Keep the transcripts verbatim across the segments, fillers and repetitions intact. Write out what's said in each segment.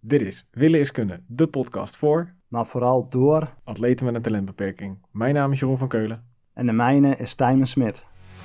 Dit is Willen is Kunnen, de podcast voor maar vooral door. atleten met een talentbeperking. Mijn naam is Jeroen van Keulen. En de mijne is Tijmen Smit.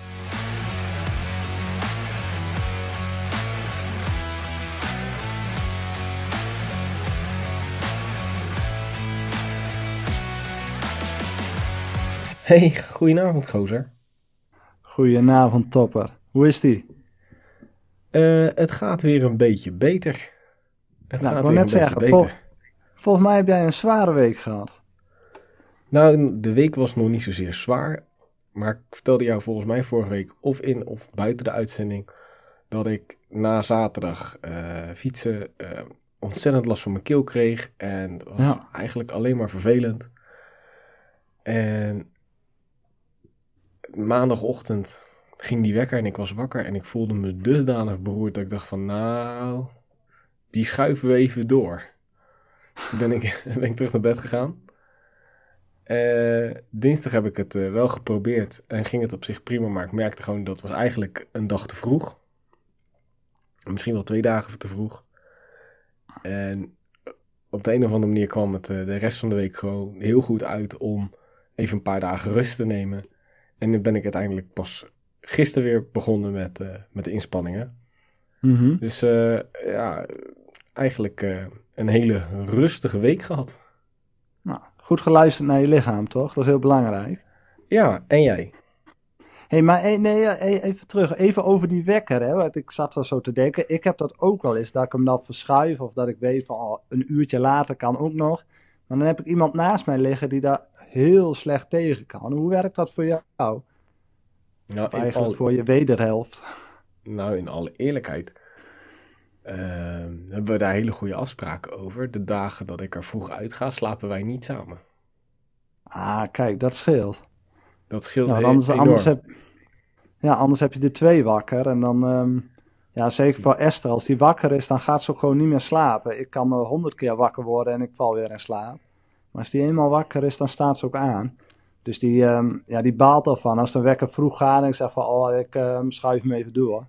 Hey, goedenavond gozer. Goedenavond topper. Hoe is die? Uh, het gaat weer een beetje beter. Het nou, gaat ik wil weer net een zeggen, beetje vol, beter. volgens mij heb jij een zware week gehad. Nou, de week was nog niet zozeer zwaar. Maar ik vertelde jou volgens mij vorige week of in of buiten de uitzending dat ik na zaterdag uh, fietsen uh, ontzettend last van mijn keel kreeg. En het was Ja. eigenlijk alleen maar vervelend. En maandagochtend ging die wekker en ik was wakker en ik voelde me dusdanig beroerd dat ik dacht van nou, die schuiven we even door. Dus toen ben ik, ben ik terug naar bed gegaan. Uh, dinsdag heb ik het uh, wel geprobeerd en ging het op zich prima, maar ik merkte gewoon dat het was eigenlijk een dag te vroeg. Misschien wel twee dagen te vroeg. En op de een of andere manier kwam het uh, de rest van de week gewoon heel goed uit om even een paar dagen rust te nemen. En nu ben ik uiteindelijk pas gisteren weer begonnen met, uh, met de inspanningen. Mm-hmm. Dus uh, ja, eigenlijk uh, een hele rustige week gehad. Nou, goed geluisterd naar je lichaam, toch? Dat is heel belangrijk. Ja, en jij? Hé, hey, maar hey, nee, even terug. Even over die wekker, hè. Want ik zat wel zo te denken. Ik heb dat ook wel eens, dat ik hem dan verschuif. Of dat ik weet van oh, een uurtje later kan ook nog. Maar dan heb ik iemand naast mij liggen die daar heel slecht tegen kan. Hoe werkt dat voor jou? Nou, of eigenlijk alle... voor je wederhelft? Nou, in alle eerlijkheid uh, hebben we daar hele goede afspraken over. De dagen dat ik er vroeg uit ga, slapen wij niet samen. Ah, kijk, dat scheelt. Dat scheelt nou, he- anders, enorm. Anders heb, ja, anders heb je er twee wakker. En dan, um, ja, zeker voor Esther, als die wakker is, dan gaat ze ook gewoon niet meer slapen. Ik kan honderd keer wakker worden en ik val weer in slaap. Maar als die eenmaal wakker is, dan staat ze ook aan. Dus die, um, ja, die baalt ervan. Als de wekker vroeg gaat en ik zeg van, oh, ik um, schuif hem even door.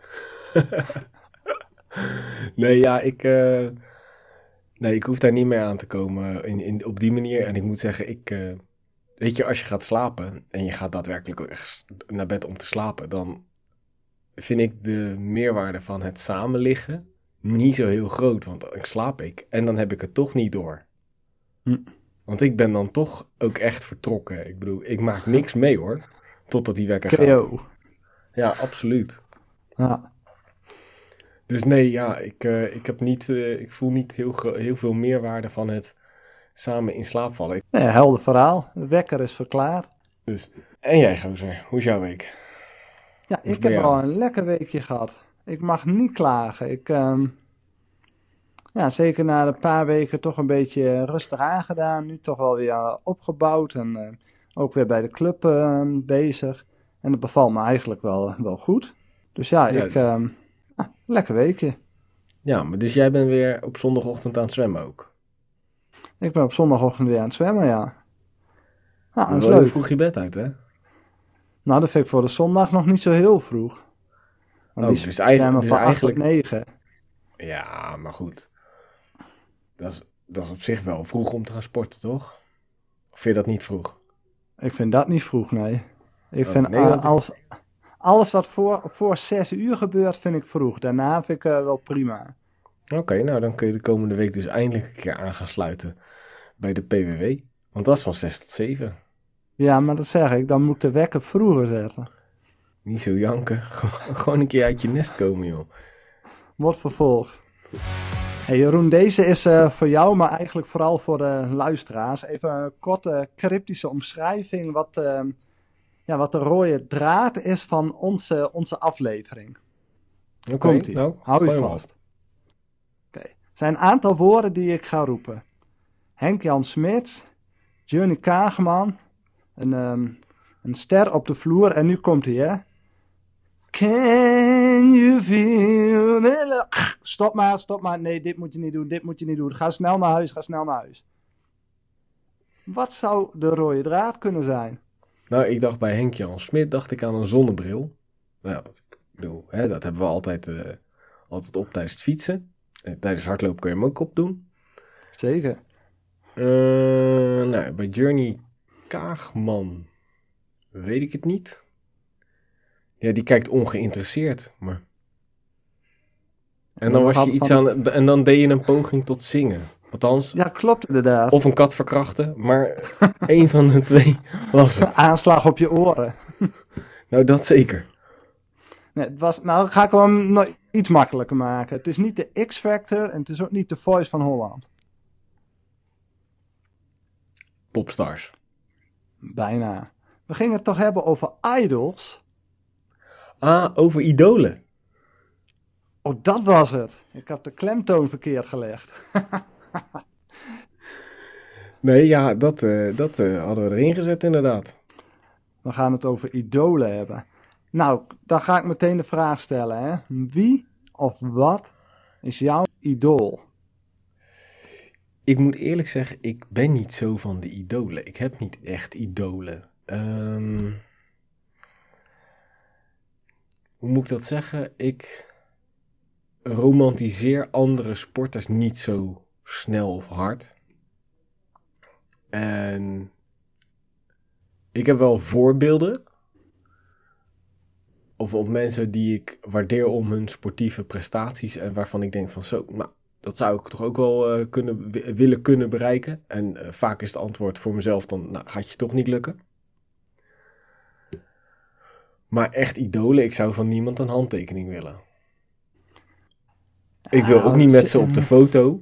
nee, ja, ik, uh, nee, ik hoef daar niet meer aan te komen in, in, op die manier. En ik moet zeggen, ik, uh, weet je, als je gaat slapen en je gaat daadwerkelijk ook echt naar bed om te slapen, dan vind ik de meerwaarde van het samen liggen niet zo heel groot. Want dan slaap ik en dan heb ik het toch niet door. Hm. Want ik ben dan toch ook echt vertrokken. Ik bedoel, ik maak niks mee hoor, totdat die wekker K O. gaat. Ja, absoluut. Ja. Dus nee, ja, ik, uh, ik, heb niet, uh, ik voel niet heel, heel veel meerwaarde van het samen in slaap vallen. Nee, helder verhaal. De wekker is verklaard. Dus, en jij gozer, hoe is jouw week? Ja, ik heb wel een lekker weekje gehad. Ik mag niet klagen. Ik, um, ja, zeker na een paar weken toch een beetje rustig aangedaan. Nu toch wel weer opgebouwd en uh, ook weer bij de club uh, bezig. En dat bevalt me eigenlijk wel, wel goed. Dus ja, Ja, ik, um, ah, lekker weekje. Ja, maar dus jij bent weer op zondagochtend aan het zwemmen ook? Ik ben op zondagochtend weer aan het zwemmen, ja. Nou, dat is leuk. Vroeg je bed uit, hè? Nou, dat vind ik voor de zondag nog niet zo heel vroeg. Want oh, die dus eigenlijk... Dus van eigenlijk... acht tot negen. Ja, maar goed. Dat is, dat is op zich wel vroeg om te gaan sporten, toch? Of vind je dat niet vroeg? Ik vind dat niet vroeg, nee. Ik oh, vind nee, uh, alles, alles wat voor, voor zes uur gebeurt, vind ik vroeg. Daarna vind ik uh, wel prima. Oké, okay, nou dan kun je de komende week dus eindelijk een keer aan gaan sluiten bij de P W W. Want dat is van zes tot zeven. Ja, maar dat zeg ik, dan moet ik de wekker vroeger zetten. Niet zo janken. Gewoon een keer uit je nest komen, joh. Wordt vervolgd. Hey Jeroen, deze is uh, voor jou, maar eigenlijk vooral voor de luisteraars. Even een korte cryptische omschrijving wat, uh, ja, wat de rode draad is van onze, onze aflevering. Oké, okay, nou, hou je vast. Oké, okay. Er zijn een aantal woorden die ik ga roepen. Henk-Jan Smit, Johnny Kageman, een, um, een ster op de vloer en nu komt hij, hè. Can you feel it? Stop maar, stop maar. Nee, dit moet je niet doen, dit moet je niet doen. Ga snel naar huis, ga snel naar huis. Wat zou de rode draad kunnen zijn? Nou, ik dacht bij Henk-Jan Smit, dacht ik aan een zonnebril. Nou, ik bedoel, hè, dat hebben we altijd, uh, altijd op tijdens het fietsen. Eh, tijdens hardlopen kun je hem ook opdoen. Zeker. Uh, nou, bij Journey Kaagman weet ik het niet. Ja, die kijkt ongeïnteresseerd, maar... En dan was je iets van... aan... En dan deed je een poging tot zingen. Althans... Ja, klopt inderdaad. Of een kat verkrachten, maar één van de twee was het. Aanslag op je oren. Nou, dat zeker. Nee, het was, nou, ga ik hem nog iets makkelijker maken. Het is niet de X-Factor en het is ook niet de Voice van Holland. Popstars. Bijna. We gingen het toch hebben over idols? Ah, over idolen. Oh, dat was het. Ik heb de klemtoon verkeerd gelegd. Nee, ja, dat, uh, dat uh, hadden we erin gezet inderdaad. We gaan het over idolen hebben. Nou, dan ga ik meteen de vraag stellen. Hè? Wie of wat is jouw idool? Ik moet eerlijk zeggen, ik ben niet zo van de idolen. Ik heb niet echt idolen. Um, hoe moet ik dat zeggen? Ik romantiseer andere sporters niet zo snel of hard. En ik heb wel voorbeelden. Of op mensen die ik waardeer om hun sportieve prestaties. En waarvan ik denk van zo, nou, dat zou ik toch ook wel uh, kunnen, w- willen kunnen bereiken. En uh, vaak is het antwoord voor mezelf dan, nou, gaat je toch niet lukken. Maar echt idolen, ik zou van niemand een handtekening willen. Ik wil ook niet met ze op de foto.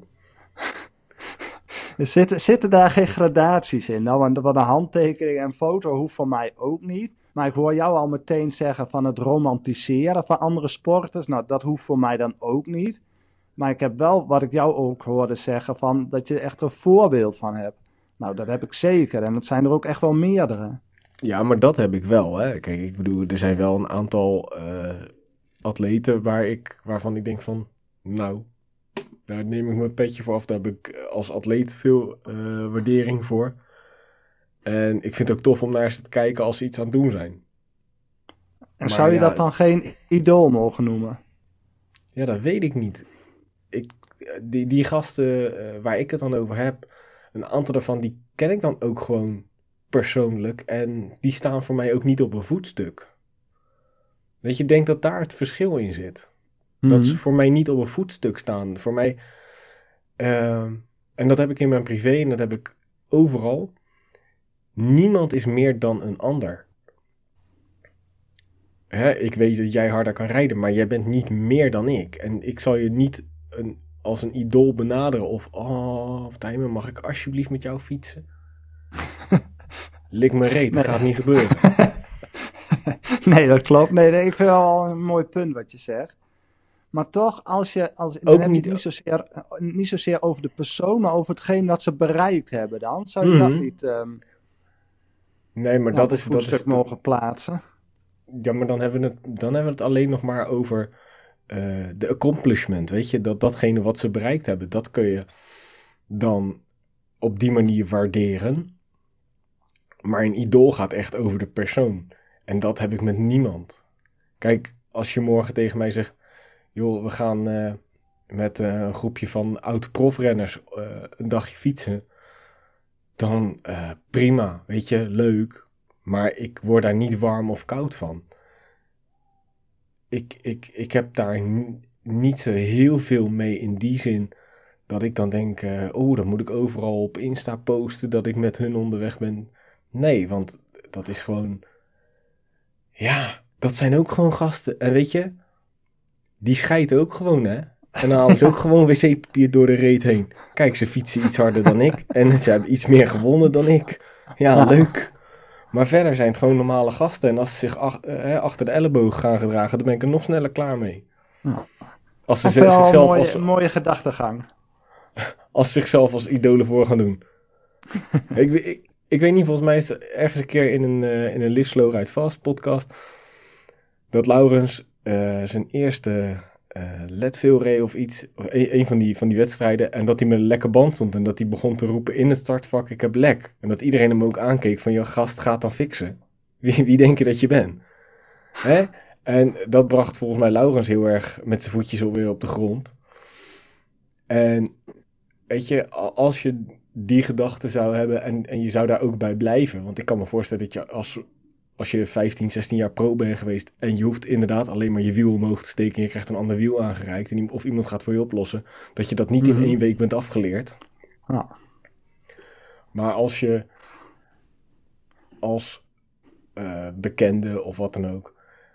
Er zitten, zitten daar geen gradaties in. Nou, wat een handtekening en foto hoeft van mij ook niet. Maar ik hoor jou al meteen zeggen van het romantiseren van andere sporters. Nou, dat hoeft voor mij dan ook niet. Maar ik heb wel, wat ik jou ook hoorde zeggen, van dat je er echt een voorbeeld van hebt. Nou, dat heb ik zeker. En dat zijn er ook echt wel meerdere. Ja, maar dat heb ik wel. Hè. Kijk, ik bedoel, er zijn wel een aantal uh, atleten waar ik, waarvan ik denk van, nou, daar neem ik mijn petje voor af. Daar heb ik als atleet veel uh, waardering voor. En ik vind het ook tof om naar ze te kijken als ze iets aan het doen zijn. En maar zou je ja, dat dan geen idool mogen noemen? Ja, dat weet ik niet. Ik, die, die gasten uh, waar ik het dan over heb, een aantal daarvan, die ken ik dan ook gewoon persoonlijk. En die staan voor mij ook niet op een voetstuk. Weet je, ik denk dat daar het verschil in zit. Mm-hmm. Dat ze voor mij niet op een voetstuk staan. Voor mij, uh, en dat heb ik in mijn privé en dat heb ik overal. Niemand is meer dan een ander. Hè, ik weet dat jij harder kan rijden, maar jij bent niet meer dan ik. En ik zal je niet een, als een idool benaderen of... Oh, Tijmen, mag ik alsjeblieft met jou fietsen? Lik me reet, dat nee. gaat niet gebeuren. Nee, dat klopt. Nee, ik vind wel een mooi punt wat je zegt. Maar toch, als je... Als, dan Ook heb niet... je het niet zozeer, niet zozeer over de persoon, maar over hetgeen dat ze bereikt hebben dan. Zou je mm-hmm. dat niet... Um, nee, maar ja, dat is... dat is mogen de... plaatsen. Ja, maar dan hebben we het, dan hebben we het alleen nog maar over uh, de accomplishment, weet je. Dat datgene wat ze bereikt hebben, dat kun je dan op die manier waarderen. Maar een idool gaat echt over de persoon. En dat heb ik met niemand. Kijk, als je morgen tegen mij zegt... joh, we gaan uh, met uh, een groepje van oud-profrenners uh, een dagje fietsen. Dan uh, prima, weet je, leuk. Maar ik word daar niet warm of koud van. Ik, ik, ik heb daar n- niet zo heel veel mee in die zin... dat ik dan denk... Uh, oh, dan moet ik overal op Insta posten... dat ik met hun onderweg ben. Nee, want dat is gewoon... Ja, dat zijn ook gewoon gasten. En weet je... die scheiden ook gewoon, hè. En dan halen ze ook gewoon wc-papier door de reet heen. Kijk, ze fietsen iets harder dan ik. En ze hebben iets meer gewonnen dan ik. Ja, ja. Leuk. Maar verder zijn het gewoon normale gasten. En als ze zich ach, uh, achter de elleboog gaan gedragen... dan ben ik er nog sneller klaar mee. Ja. Als ze z- zichzelf een mooie, als... Een mooie gedachtegang. Als ze zichzelf als idolen voor gaan doen. ik, ik, ik weet niet, volgens mij is er ergens een keer in een, uh, in een Live Slow Ride Fast podcast... dat Laurens uh, zijn eerste uh, Leadville reed of iets... Of een, een van, die, van die wedstrijden... en dat hij met een lekke band stond... en dat hij begon te roepen in het startvak... ik heb lek. En dat iedereen hem ook aankeek van... joh, gast, gaat dan fixen. Wie, wie denk je dat je bent? Hè? En dat bracht volgens mij Laurens heel erg... met zijn voetjes alweer op de grond. En weet je, a- als je die gedachte zou hebben en, en je zou daar ook bij blijven. Want ik kan me voorstellen dat je als, als je vijftien, zestien jaar pro bent geweest en je hoeft inderdaad alleen maar je wiel omhoog te steken en je krijgt een ander wiel aangereikt en iem- of iemand gaat voor je oplossen, dat je dat niet in Mhm. één week bent afgeleerd. Ja. Maar als je als eh, bekende of wat dan ook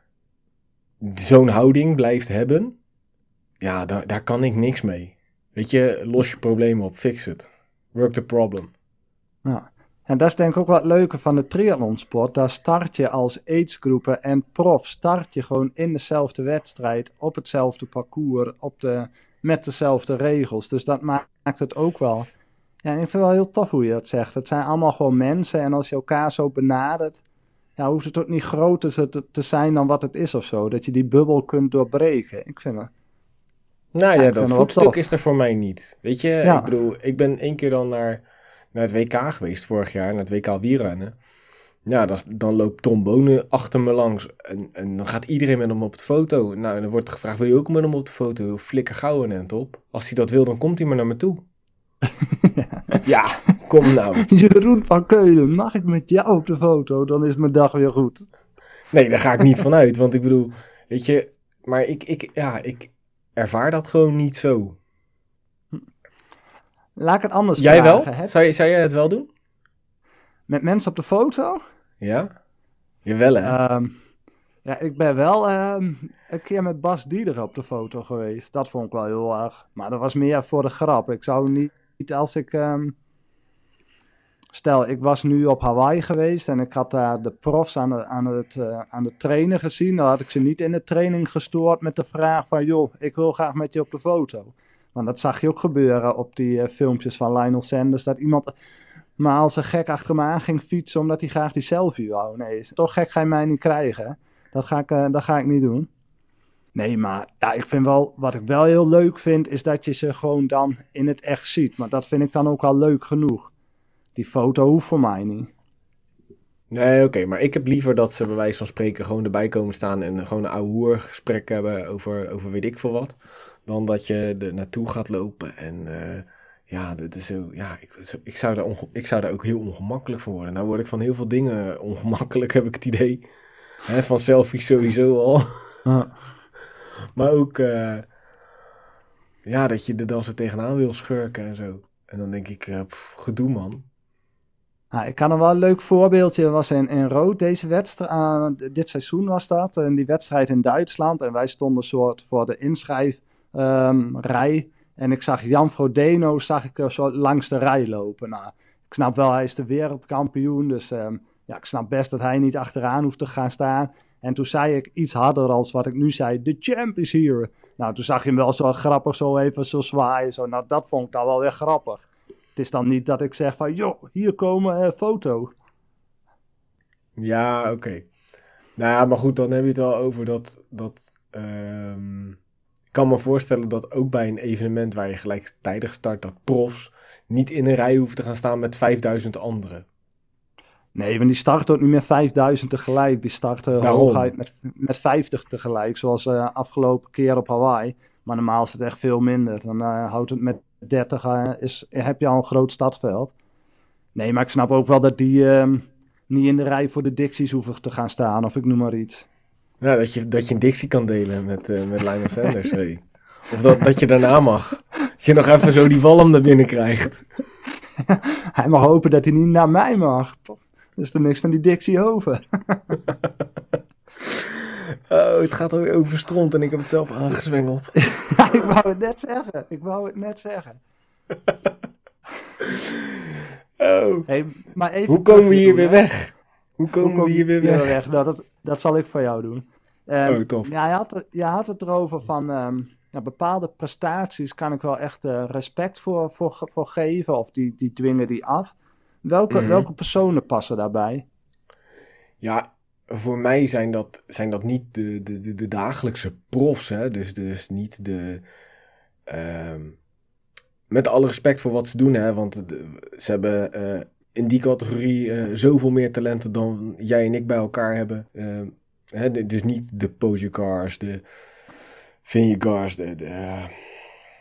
zo'n houding blijft hebben, ja, daar, daar kan ik niks mee. Weet je, los je probleem op, fix het. Work the problem. Ja. En dat is denk ik ook wat leuker van de triathlonsport. Daar start je als aidsgroepen en prof start je gewoon in dezelfde wedstrijd, op hetzelfde parcours, op de, met dezelfde regels. Dus dat maakt het ook wel. Ja, ik vind het wel heel tof hoe je dat zegt. Het zijn allemaal gewoon mensen en als je elkaar zo benadert, ja, hoeft het ook niet groter te, te zijn dan wat het is of zo. Dat je die bubbel kunt doorbreken. Ik vind het, Nou ja, ja, ik vind dat het wel voetstuk tof. is er voor mij niet. Weet je, ik Ja, bedoel, ik ben één keer dan naar, naar het W K geweest vorig jaar, naar het W K wielrennen. Ja, dan, dan loopt Tom Bonen achter me langs en, en dan gaat iedereen met hem op de foto. Nou, dan wordt er gevraagd, wil je ook met hem op de foto? Flikker gauw een end op. Als hij dat wil, dan komt hij maar naar me toe. Ja, kom nou. Jeroen van Keulen, mag ik met jou op de foto? Dan is mijn dag weer goed. Nee, daar ga ik niet vanuit, want ik bedoel, weet je, maar ik, ik, ja, ik ervaar dat gewoon niet zo. Laat ik het anders Jij wel? vragen. Hè? Zou, je, zou jij het wel doen? Met mensen op de foto? Ja? Jawel hè? Ehm, ja, ik ben wel ehm, een keer met Bas Dieder op de foto geweest. Dat vond ik wel heel erg. Maar dat was meer voor de grap. Ik zou niet, niet als ik... ehm, Stel, ik was nu op Hawaii geweest en ik had daar de profs aan de, aan het, eh, aan de trainen gezien. Dan had ik ze niet in de training gestoord met de vraag van... joh, ik wil graag met je op de foto. Want dat zag je ook gebeuren op die eh, filmpjes van Lionel Sanders. Dat iemand maar als een gek achter me aan ging fietsen omdat hij graag die selfie wou. Nee, zo gek ga je mij niet krijgen. Dat ga ik, eh, dat ga ik niet doen. Nee, maar ja, ik vind wel, wat ik wel heel leuk vind, is dat je ze gewoon dan in het echt ziet. Maar dat vind ik dan ook al leuk genoeg. Die foto hoeft voor mij niet. Nee, oké, maar ik heb liever dat ze bij wijze van spreken gewoon erbij komen staan en gewoon een ouwe hoer gesprek hebben over, over weet ik veel wat. Dan dat je er naartoe gaat lopen en uh, ja, dat is zo, ja ik, ik, zou daar onge- ik zou daar ook heel ongemakkelijk van worden. Nou word ik van heel veel dingen ongemakkelijk, heb ik het idee. Hè, van selfies sowieso al. Ja. Maar ook, uh, ja, dat je er dan zo tegenaan wil schurken en zo. En dan denk ik, uh, pff, gedoe man. Nou, ik kan er wel een leuk voorbeeldje. Dat was in, in Rood deze wedstrijd. Uh, dit seizoen was dat. En die wedstrijd in Duitsland. En wij stonden soort voor de inschrijfrij. Um, en ik zag Jan Frodeno zag ik er zo langs de rij lopen. Nou, ik snap wel, hij is de wereldkampioen. Dus um, ja, ik snap best dat hij niet achteraan hoeft te gaan staan. En toen zei ik iets harder als wat ik nu zei. The champ is here. Nou, toen zag je hem wel zo grappig zo even zo zwaaien. Zo. Nou, dat vond ik dan wel weer grappig. Het is dan niet dat ik zeg van, joh, hier komen uh, foto. Ja, oké. Okay. Nou ja, maar goed, dan heb je het wel over dat... dat um, ik kan me voorstellen dat ook bij een evenement waar je gelijktijdig start, dat profs niet in een rij hoeven te gaan staan met vijfduizend anderen. Nee, want die starten ook niet met vijfduizend tegelijk. Die starten Daarom. hooguit met, met vijftig tegelijk, zoals uh, afgelopen keer op Hawaii. Maar normaal is het echt veel minder. Dan uh, houdt het met dertig, uh, is, heb je al een groot stadveld. Nee, maar ik snap ook wel dat die uh, niet in de rij voor de Dixies hoeven te gaan staan, of ik noem maar iets. Ja, dat je, dat je een Dixie kan delen met, uh, met Lionel Sanders. Hey. Of dat, dat je daarna mag. Dat je nog even zo die walm naar binnen krijgt. Hij mag hopen dat hij niet naar mij mag. Er is er niks van die Dixie over. Oh, het gaat alweer over stront en ik heb het zelf aangezwengeld. Ja, ik wou het net zeggen. Ik wou het net zeggen. Oh. Hey, maar even Hoe komen we hier doen, weer hè? weg? Hoe komen Hoe we hier weer weg? weg? Nou, dat, dat zal ik voor jou doen. Um, Oh, tof. Ja, je, had, je had het erover van um, ja, bepaalde prestaties kan ik wel echt uh, respect voor, voor, voor geven. Of die, die dwingen die af. Welke, Mm-hmm. welke personen passen daarbij? Ja, voor mij zijn dat, zijn dat niet de, de, de, de dagelijkse profs. Hè? Dus, dus niet de... Um, met alle respect voor wat ze doen. Hè? Want de, ze hebben uh, in die categorie uh, zoveel meer talenten dan jij en ik bij elkaar hebben. Uh, hè? De, dus niet de Pogačars, de Vingegaards, de... de uh,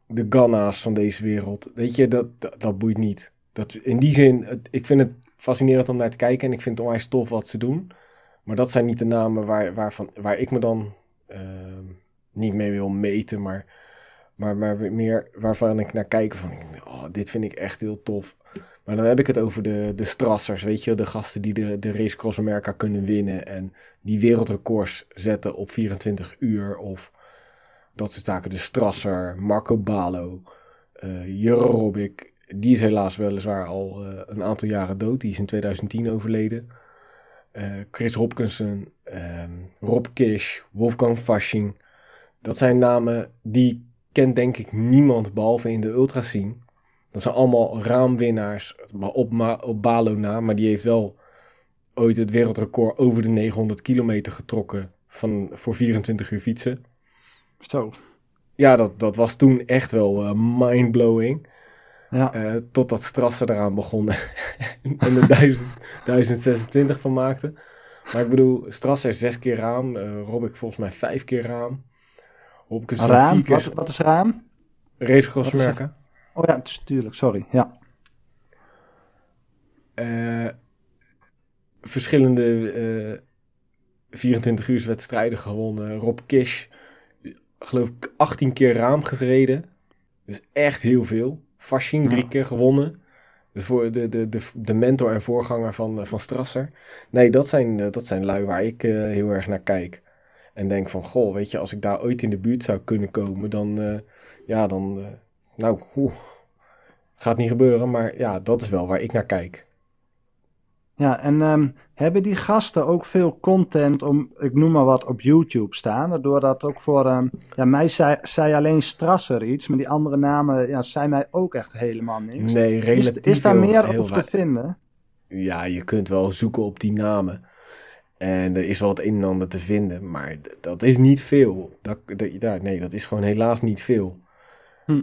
de Ganna's van deze wereld. Weet je, dat, dat, dat boeit niet. Dat, in die zin, het, ik vind het fascinerend om naar te kijken en ik vind het onwijs tof wat ze doen. Maar dat zijn niet de namen waar, waarvan, waar ik me dan uh, niet mee wil meten, maar, maar, maar meer waarvan ik naar kijk van, oh, dit vind ik echt heel tof. Maar dan heb ik het over de, de strassers, weet je, de gasten die de, de Race Across America kunnen winnen en die wereldrecords zetten op vierentwintig uur of dat soort zaken. De Strasser, Marco Ballo, uh, Jurre Robic, die is helaas weliswaar al uh, een aantal jaren dood, die is in twintig tien overleden. Uh, Chris Hopkinson, uh, Rob Kish, Wolfgang Fasching, dat zijn namen die kent denk ik niemand behalve in de ultrascene. Dat zijn allemaal raamwinnaars, op, op Balo na, maar die heeft wel ooit het wereldrecord over de negenhonderd kilometer getrokken van, voor vierentwintig uur fietsen. Zo. Ja, dat, dat was toen echt wel uh, mindblowing. Ja. Uh, totdat Strasser eraan begon en er duizend, duizend zesentwintig van maakte. Maar ik bedoel, Strasser zes keer raam, uh, Robic volgens mij vijf keer raam. Hopkins raam? Vier keer... Wat, wat is raam? Race Across America. Oh ja, tuurlijk, sorry. Ja. Uh, verschillende uh, vierentwintig uur wedstrijden gewonnen. Rob Kish, geloof ik, achttien keer raam gereden. Dus echt heel veel. Fasching drie ja. keer gewonnen. De, voor, de, de, de, de mentor en voorganger van, van Strasser. Nee, dat zijn, dat zijn lui waar ik uh, heel erg naar kijk. En denk van, goh, weet je, als ik daar ooit in de buurt zou kunnen komen, dan, uh, ja, dan, uh, nou, oeh, gaat niet gebeuren, maar ja, dat is wel waar ik naar kijk. Ja, en um, hebben die gasten ook veel content om, ik noem maar wat, op YouTube staan? Waardoor dat ook voor, um, ja, mij zei, zei alleen Strasser iets, maar die andere namen, ja, zijn mij ook echt helemaal niks. Nee, relatief Is, is daar heel, meer heel over te vinden? Ja, je kunt wel zoeken op die namen. En er is wel het een en ander te vinden, maar d- dat is niet veel. Dat, dat, ja, nee, dat is gewoon helaas niet veel. Hm.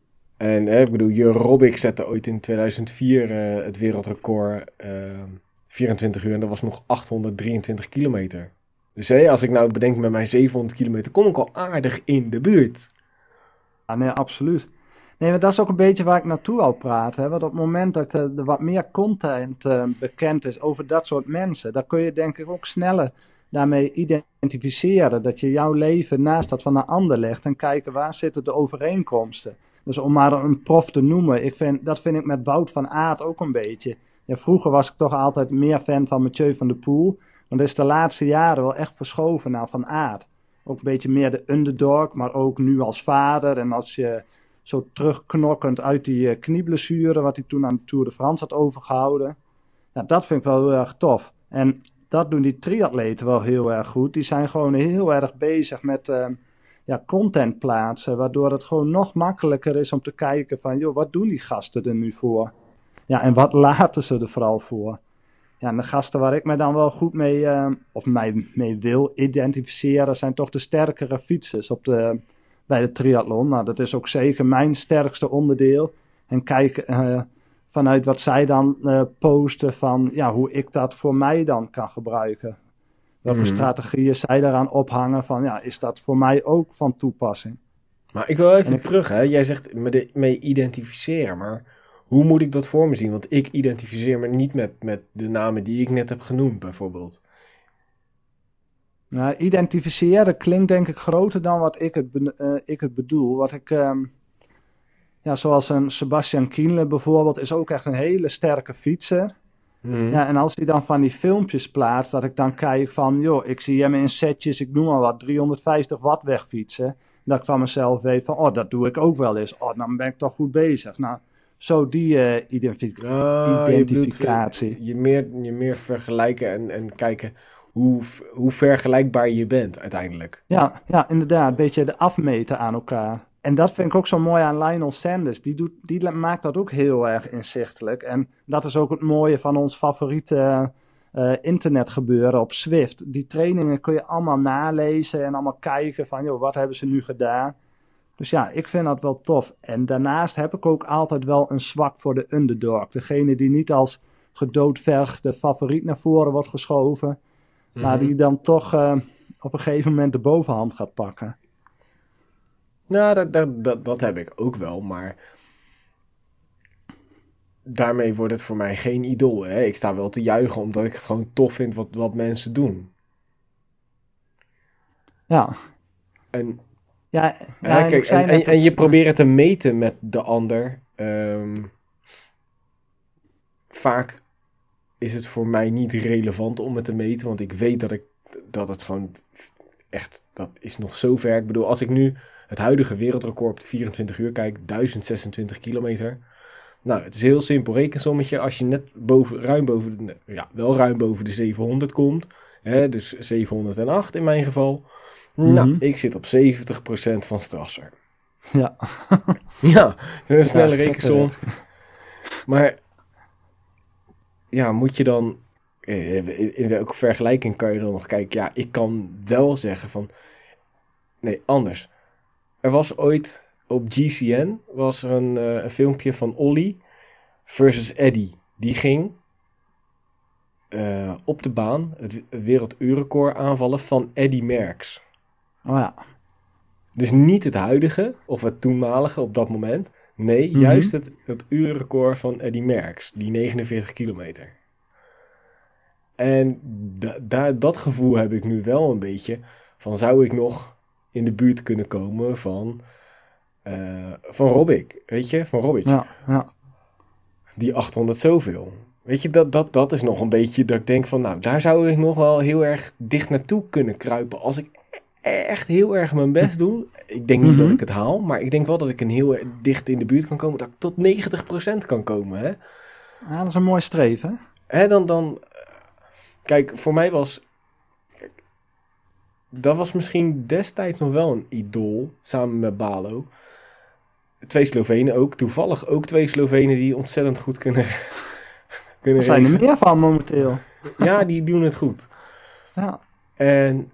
En hè, ik bedoel, Jurre Robic zette ooit in tweeduizend vier uh, het wereldrecord uh, vierentwintig uur en dat was nog achthonderddrieëntwintig kilometer. Dus hè, als ik nou bedenk met mijn zevenhonderd kilometer, kom ik al aardig in de buurt. Ja, nee, absoluut. Nee, maar dat is ook een beetje waar ik naartoe al praat. Hè? Want op het moment dat er, er wat meer content uh, bekend is over dat soort mensen, dan kun je denk ik ook sneller daarmee identificeren. Dat je jouw leven naast dat van een ander legt en kijken waar zitten de overeenkomsten. Dus om maar een prof te noemen, ik vind, dat vind ik met Wout van Aert ook een beetje. Ja, vroeger was ik toch altijd meer fan van Mathieu van der Poel. Want dat is de laatste jaren wel echt verschoven naar Van Aert. Ook een beetje meer de underdog, maar ook nu als vader en als je zo terugknokkend uit die uh, knieblessure, wat hij toen aan de Tour de France had overgehouden. Ja, dat vind ik wel heel erg tof. En dat doen die triatleten wel heel erg goed. Die zijn gewoon heel erg bezig met uh, ja, content plaatsen, waardoor het gewoon nog makkelijker is om te kijken van, joh, wat doen die gasten er nu voor? Ja, en wat laten ze er vooral voor? Ja, en de gasten waar ik mij dan wel goed mee, uh, of mij mee wil identificeren, zijn toch de sterkere fietsers op de... bij de triathlon. Nou, dat is ook zeker mijn sterkste onderdeel. En kijk uh, vanuit wat zij dan uh, posten van ja, hoe ik dat voor mij dan kan gebruiken. Welke mm-hmm. strategieën zij daaraan ophangen van ja, is dat voor mij ook van toepassing? Maar ik wil even ik... terug, hè. Jij zegt me mee identificeren, maar hoe moet ik dat voor me zien? Want ik identificeer me niet met, met de namen die ik net heb genoemd, bijvoorbeeld. Nou, identificeren klinkt denk ik groter dan wat ik het, be- uh, ik het bedoel. Wat ik, um, ja, zoals een Sebastian Kienle bijvoorbeeld, is ook echt een hele sterke fietser. Mm. Ja, en als hij dan van die filmpjes plaatst, dat ik dan kijk van, joh, ik zie hem in setjes, ik noem maar wat, driehonderdvijftig watt wegfietsen. Dat ik van mezelf weet van, oh, dat doe ik ook wel eens. Oh, dan ben ik toch goed bezig. Nou, zo die uh, identif- oh, identificatie. Je, bedoelt, je, meer, je meer vergelijken en, en kijken... Hoe, hoe vergelijkbaar je bent uiteindelijk. Ja, ja, inderdaad. Een beetje de afmeten aan elkaar. En dat vind ik ook zo mooi aan Lionel Sanders. Die, doet, die maakt dat ook heel erg inzichtelijk. En dat is ook het mooie van ons favoriete uh, internetgebeuren op Zwift. Die trainingen kun je allemaal nalezen en allemaal kijken van, joh, wat hebben ze nu gedaan? Dus ja, ik vind dat wel tof. En daarnaast heb ik ook altijd wel een zwak voor de underdog. Degene die niet als gedoodvergde favoriet naar voren wordt geschoven, maar die dan toch uh, op een gegeven moment de bovenhand gaat pakken. Nou, dat, dat, dat, dat heb ik ook wel, maar daarmee wordt het voor mij geen idool. Hè? Ik sta wel te juichen omdat ik het gewoon tof vind wat, wat mensen doen. Ja, En, ja, hè, ja en ik kijk, en, zei en, net en je dat... probeert het te meten met de ander. Ehm, vaak is het voor mij niet relevant om het te meten, want ik weet dat, ik, dat het gewoon echt, dat is nog zo ver. Ik bedoel, als ik nu het huidige wereldrecord op de vierentwintig uur kijk, duizend zesentwintig kilometer. Nou, het is een heel simpel rekensommetje. Als je net boven, ruim boven, de, ja, wel ruim boven de zevenhonderd komt, hè, dus zevenhonderdacht in mijn geval. Nou, Mhm. ik zit op zeventig procent van Strasser. Ja. Ja, een snelle Ja, rekensom. gekker. Maar ja, moet je dan, eh, in in welke vergelijking kan je dan nog kijken? Ja, ik kan wel zeggen van, nee, anders. Er was ooit op G C N was er een, eh, een filmpje van Ollie versus Eddie. Die ging eh, op de baan het werelduurrecord aanvallen van Eddy Merckx. Oh ja. Dus niet het huidige of het toenmalige op dat moment. Nee, Mhm. juist het, het uurrecord van Eddy Merckx, die negenenveertig kilometer. En da, da, dat gevoel heb ik nu wel een beetje van, zou ik nog in de buurt kunnen komen van, uh, van Robic, weet je, van Robic. Ja, ja. Die achthonderd zoveel. Weet je, dat, dat, dat is nog een beetje dat ik denk van, nou, daar zou ik nog wel heel erg dicht naartoe kunnen kruipen als ik echt heel erg mijn best doe. Ik denk niet Mhm. dat ik het haal, maar ik denk wel dat ik een heel erg dicht in de buurt kan komen, dat ik tot negentig procent kan komen, hè. Ja, dat is een mooi streven. Hè, dan, dan, kijk, voor mij was, dat was misschien destijds nog wel een idool, samen met Balo. Twee Slovenen ook, toevallig ook twee Slovenen die ontzettend goed kunnen, kunnen Er zijn er racen. meer van momenteel. Ja, die doen het goed. Ja. En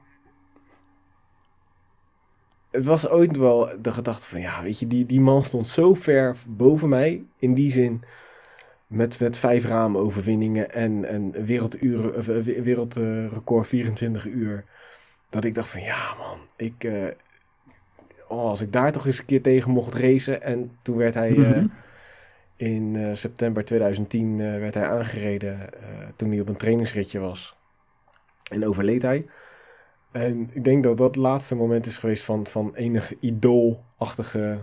het was ooit wel de gedachte van, ja, weet je, die, die man stond zo ver boven mij, in die zin, met, met vijf raamoverwinningen en, en werelduren, of, eh, wereldrecord vierentwintig uur, dat ik dacht van, ja man, ik, uh, oh, als ik daar toch eens een keer tegen mocht racen. En toen werd hij uh, Mhm. in uh, september tweeduizend tien uh, werd hij aangereden, uh, toen hij op een trainingsritje was. En overleed hij. En ik denk dat dat het laatste moment is geweest van, van enig idoolachtige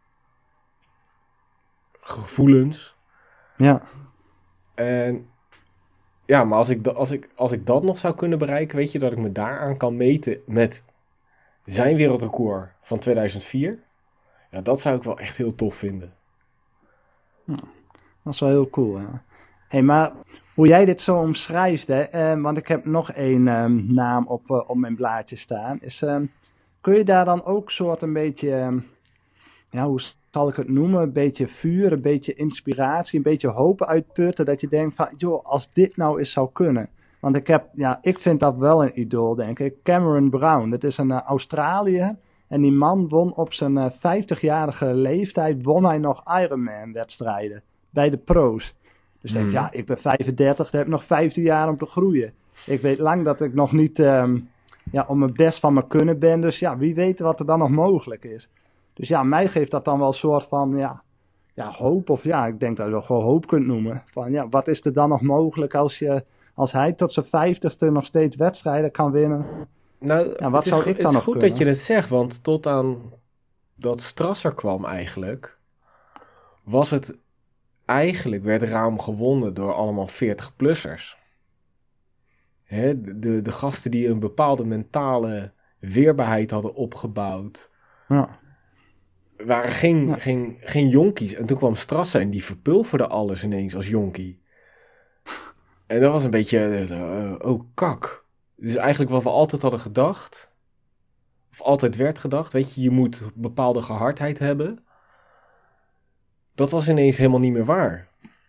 gevoelens. Ja. En ja, maar als ik, als, ik, als ik dat nog zou kunnen bereiken, weet je, dat ik me daaraan kan meten met zijn wereldrecord van tweeduizend vier. Ja, dat zou ik wel echt heel tof vinden. Ja, dat is wel heel cool, ja. Hey, maar hoe jij dit zo omschrijft, hè, eh, want ik heb nog één um, naam op, uh, op mijn blaadje staan, is, um, kun je daar dan ook soort een beetje, um, ja, hoe zal ik het noemen, een beetje vuur, een beetje inspiratie, een beetje hoop uitputten, dat je denkt van, joh, als dit nou eens zou kunnen. Want ik heb, ja, ik vind dat wel een idool, denk ik. Cameron Brown, dat is een uh, Australiër. En die man won op zijn uh, vijftigjarige leeftijd, won hij nog Ironman-wedstrijden bij de pro's. Dus denk ik, Hmm. ja, ik ben vijfendertig, dan heb ik nog vijftien jaar om te groeien. Ik weet lang dat ik nog niet um, ja, op mijn best van me kunnen ben. Dus ja, wie weet wat er dan nog mogelijk is. Dus ja, mij geeft dat dan wel een soort van, ja, ja hoop. Of ja, ik denk dat je dat wel hoop kunt noemen. Van ja, wat is er dan nog mogelijk als, je, als hij tot zijn vijftigste nog steeds wedstrijden kan winnen? Nou, Ja, wat het is, zou ik dan het is nog goed kunnen? dat je het zegt, want tot aan dat Strasser kwam eigenlijk, was het eigenlijk, werd Raam gewonnen door allemaal veertig-plussers. Hè, de, de, de gasten die een bepaalde mentale weerbaarheid hadden opgebouwd, Ja. waren geen, Ja. geen, geen jonkies. En toen kwam Strasser en die verpulverde alles ineens als jonkie. En dat was een beetje, uh, oh kak. Dus eigenlijk wat we altijd hadden gedacht, of altijd werd gedacht, weet je, je moet bepaalde gehardheid hebben. Dat was ineens helemaal niet meer waar.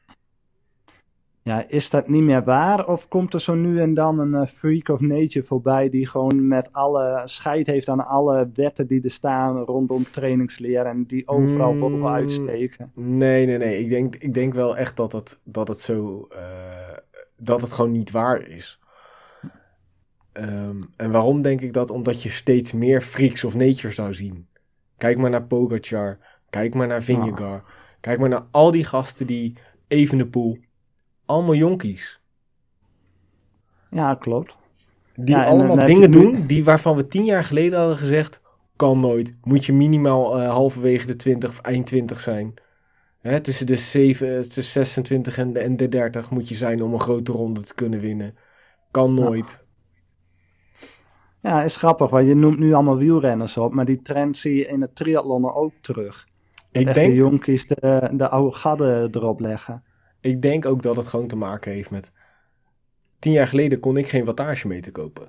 Ja, is dat niet meer waar? Of komt er zo nu en dan een uh, freak of nature voorbij die gewoon met alle scheid heeft aan alle wetten die er staan rondom trainingsleer en die overal Hmm, bovenuit steken? Nee, nee, nee. Ik denk, ik denk wel echt dat het, dat het zo, uh, dat het gewoon niet waar is. Um, en waarom denk ik dat? Omdat je steeds meer freaks of nature zou zien. Kijk maar naar Pogacar. Kijk maar naar Vingegaard. Oh. Kijk maar naar al die gasten die Evenepoel. Allemaal jonkies. Ja, klopt. Die ja, allemaal en, dingen nu... doen die waarvan we tien jaar geleden hadden gezegd... kan nooit. Moet je minimaal uh, halverwege de twintig of eind twintig zijn. Hè, tussen de zeven, tussen zesentwintig en de, en de dertig moet je zijn om een grote ronde te kunnen winnen. Kan nooit. Ja, ja is grappig, want je noemt nu allemaal wielrenners op, maar die trend zie je in het triathlonnen ook terug. Dat Ik echt denk, de jonkies de, de oude gadden erop leggen. Ik denk ook dat het gewoon te maken heeft met... Tien jaar geleden kon ik geen wattagemeter kopen.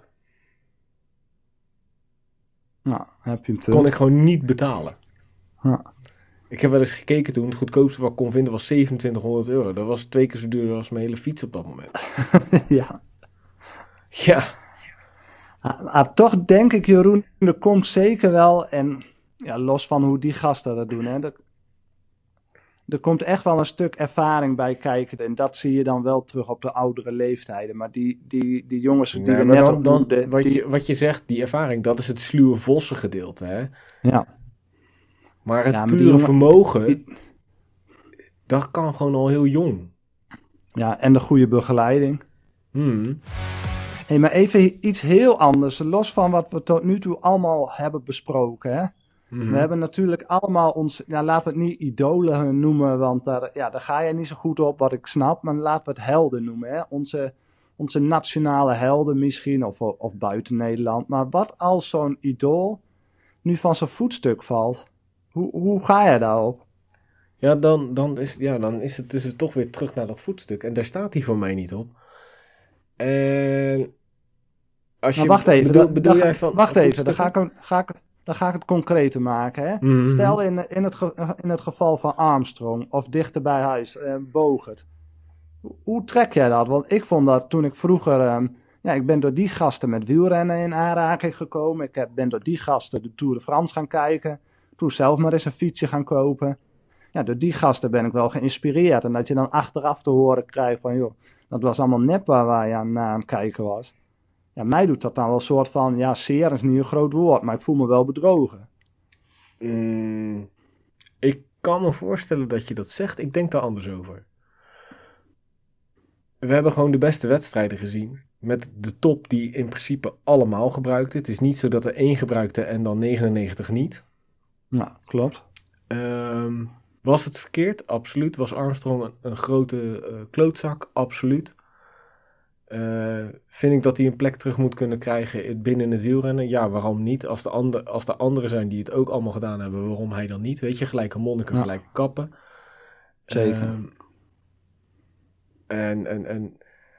Nou, heb je een punt. Kon ik gewoon niet betalen. Ja. Ik heb wel eens gekeken toen. Het goedkoopste wat ik kon vinden was zevenentwintighonderd euro. Dat was twee keer zo duur als mijn hele fiets op dat moment. ja. Ja. Ah, ah, toch denk ik, Jeroen, er komt zeker wel... En ja, los van hoe die gasten dat doen, hè. Er, er komt echt wel een stuk ervaring bij kijken. En dat zie je dan wel terug op de oudere leeftijden. Maar die, die, die jongens die Nee, we maar net dan, opnoemden... dan, wat, die... je, wat je zegt, die ervaring, dat is het sluwe vossen gedeelte, hè. Ja. Maar het ja, maar pure jongen, vermogen, die... dat kan gewoon al heel jong. Ja, en de goede begeleiding. Hmm. Hey, maar even iets heel anders. Los van wat we tot nu toe allemaal hebben besproken. Hè? Mm-hmm. We hebben natuurlijk allemaal ons... Ja, laten we het niet idolen noemen, want daar, ja, daar ga je niet zo goed op, wat ik snap. Maar laten we het helden noemen. Hè? Onze, onze nationale helden misschien, of, of buiten Nederland. Maar wat als zo'n idool nu van zijn voetstuk valt? Hoe, hoe ga je daarop? Ja, dan, dan, is, ja, dan is het dus toch weer terug naar dat voetstuk. En daar staat hij voor mij niet op. En... Als maar je wacht even, bedoel, da, bedoel da, jij van wacht even, dan ga, ik, ga, ik, dan ga ik het concreter maken. Hè? Mm-hmm. Stel in, in, het ge, in het geval van Armstrong of dichter bij huis, eh, Bogert. Hoe, hoe trek jij dat? Want ik vond dat toen ik vroeger, eh, ja, ik ben door die gasten met wielrennen in aanraking gekomen. Ik heb, ben door die gasten de Tour de France gaan kijken. Toen zelf maar eens een fietsje gaan kopen. Ja, door die gasten ben ik wel geïnspireerd. En dat je dan achteraf te horen krijgt van, joh, dat was allemaal nep waar, waar je aan, aan het kijken was. Ja, mij doet dat dan wel een soort van... Ja, zeer is niet een groot woord, maar ik voel me wel bedrogen. Mm, ik kan me voorstellen dat je dat zegt. Ik denk daar anders over. We hebben gewoon de beste wedstrijden gezien. Met de top die in principe allemaal gebruikte. Het is niet zo dat er één gebruikte en dan negenennegentig niet. Ja, klopt. Um, was het verkeerd? Absoluut. Was Armstrong een, een grote uh, klootzak? Absoluut. Uh, vind ik dat hij een plek terug moet kunnen krijgen binnen het wielrennen? Ja, waarom niet? Als, de ander, als er anderen zijn die het ook allemaal gedaan hebben, waarom hij dan niet? Weet je, gelijke monniken, ja. gelijke kappen. Zeker. Uh, en, en, en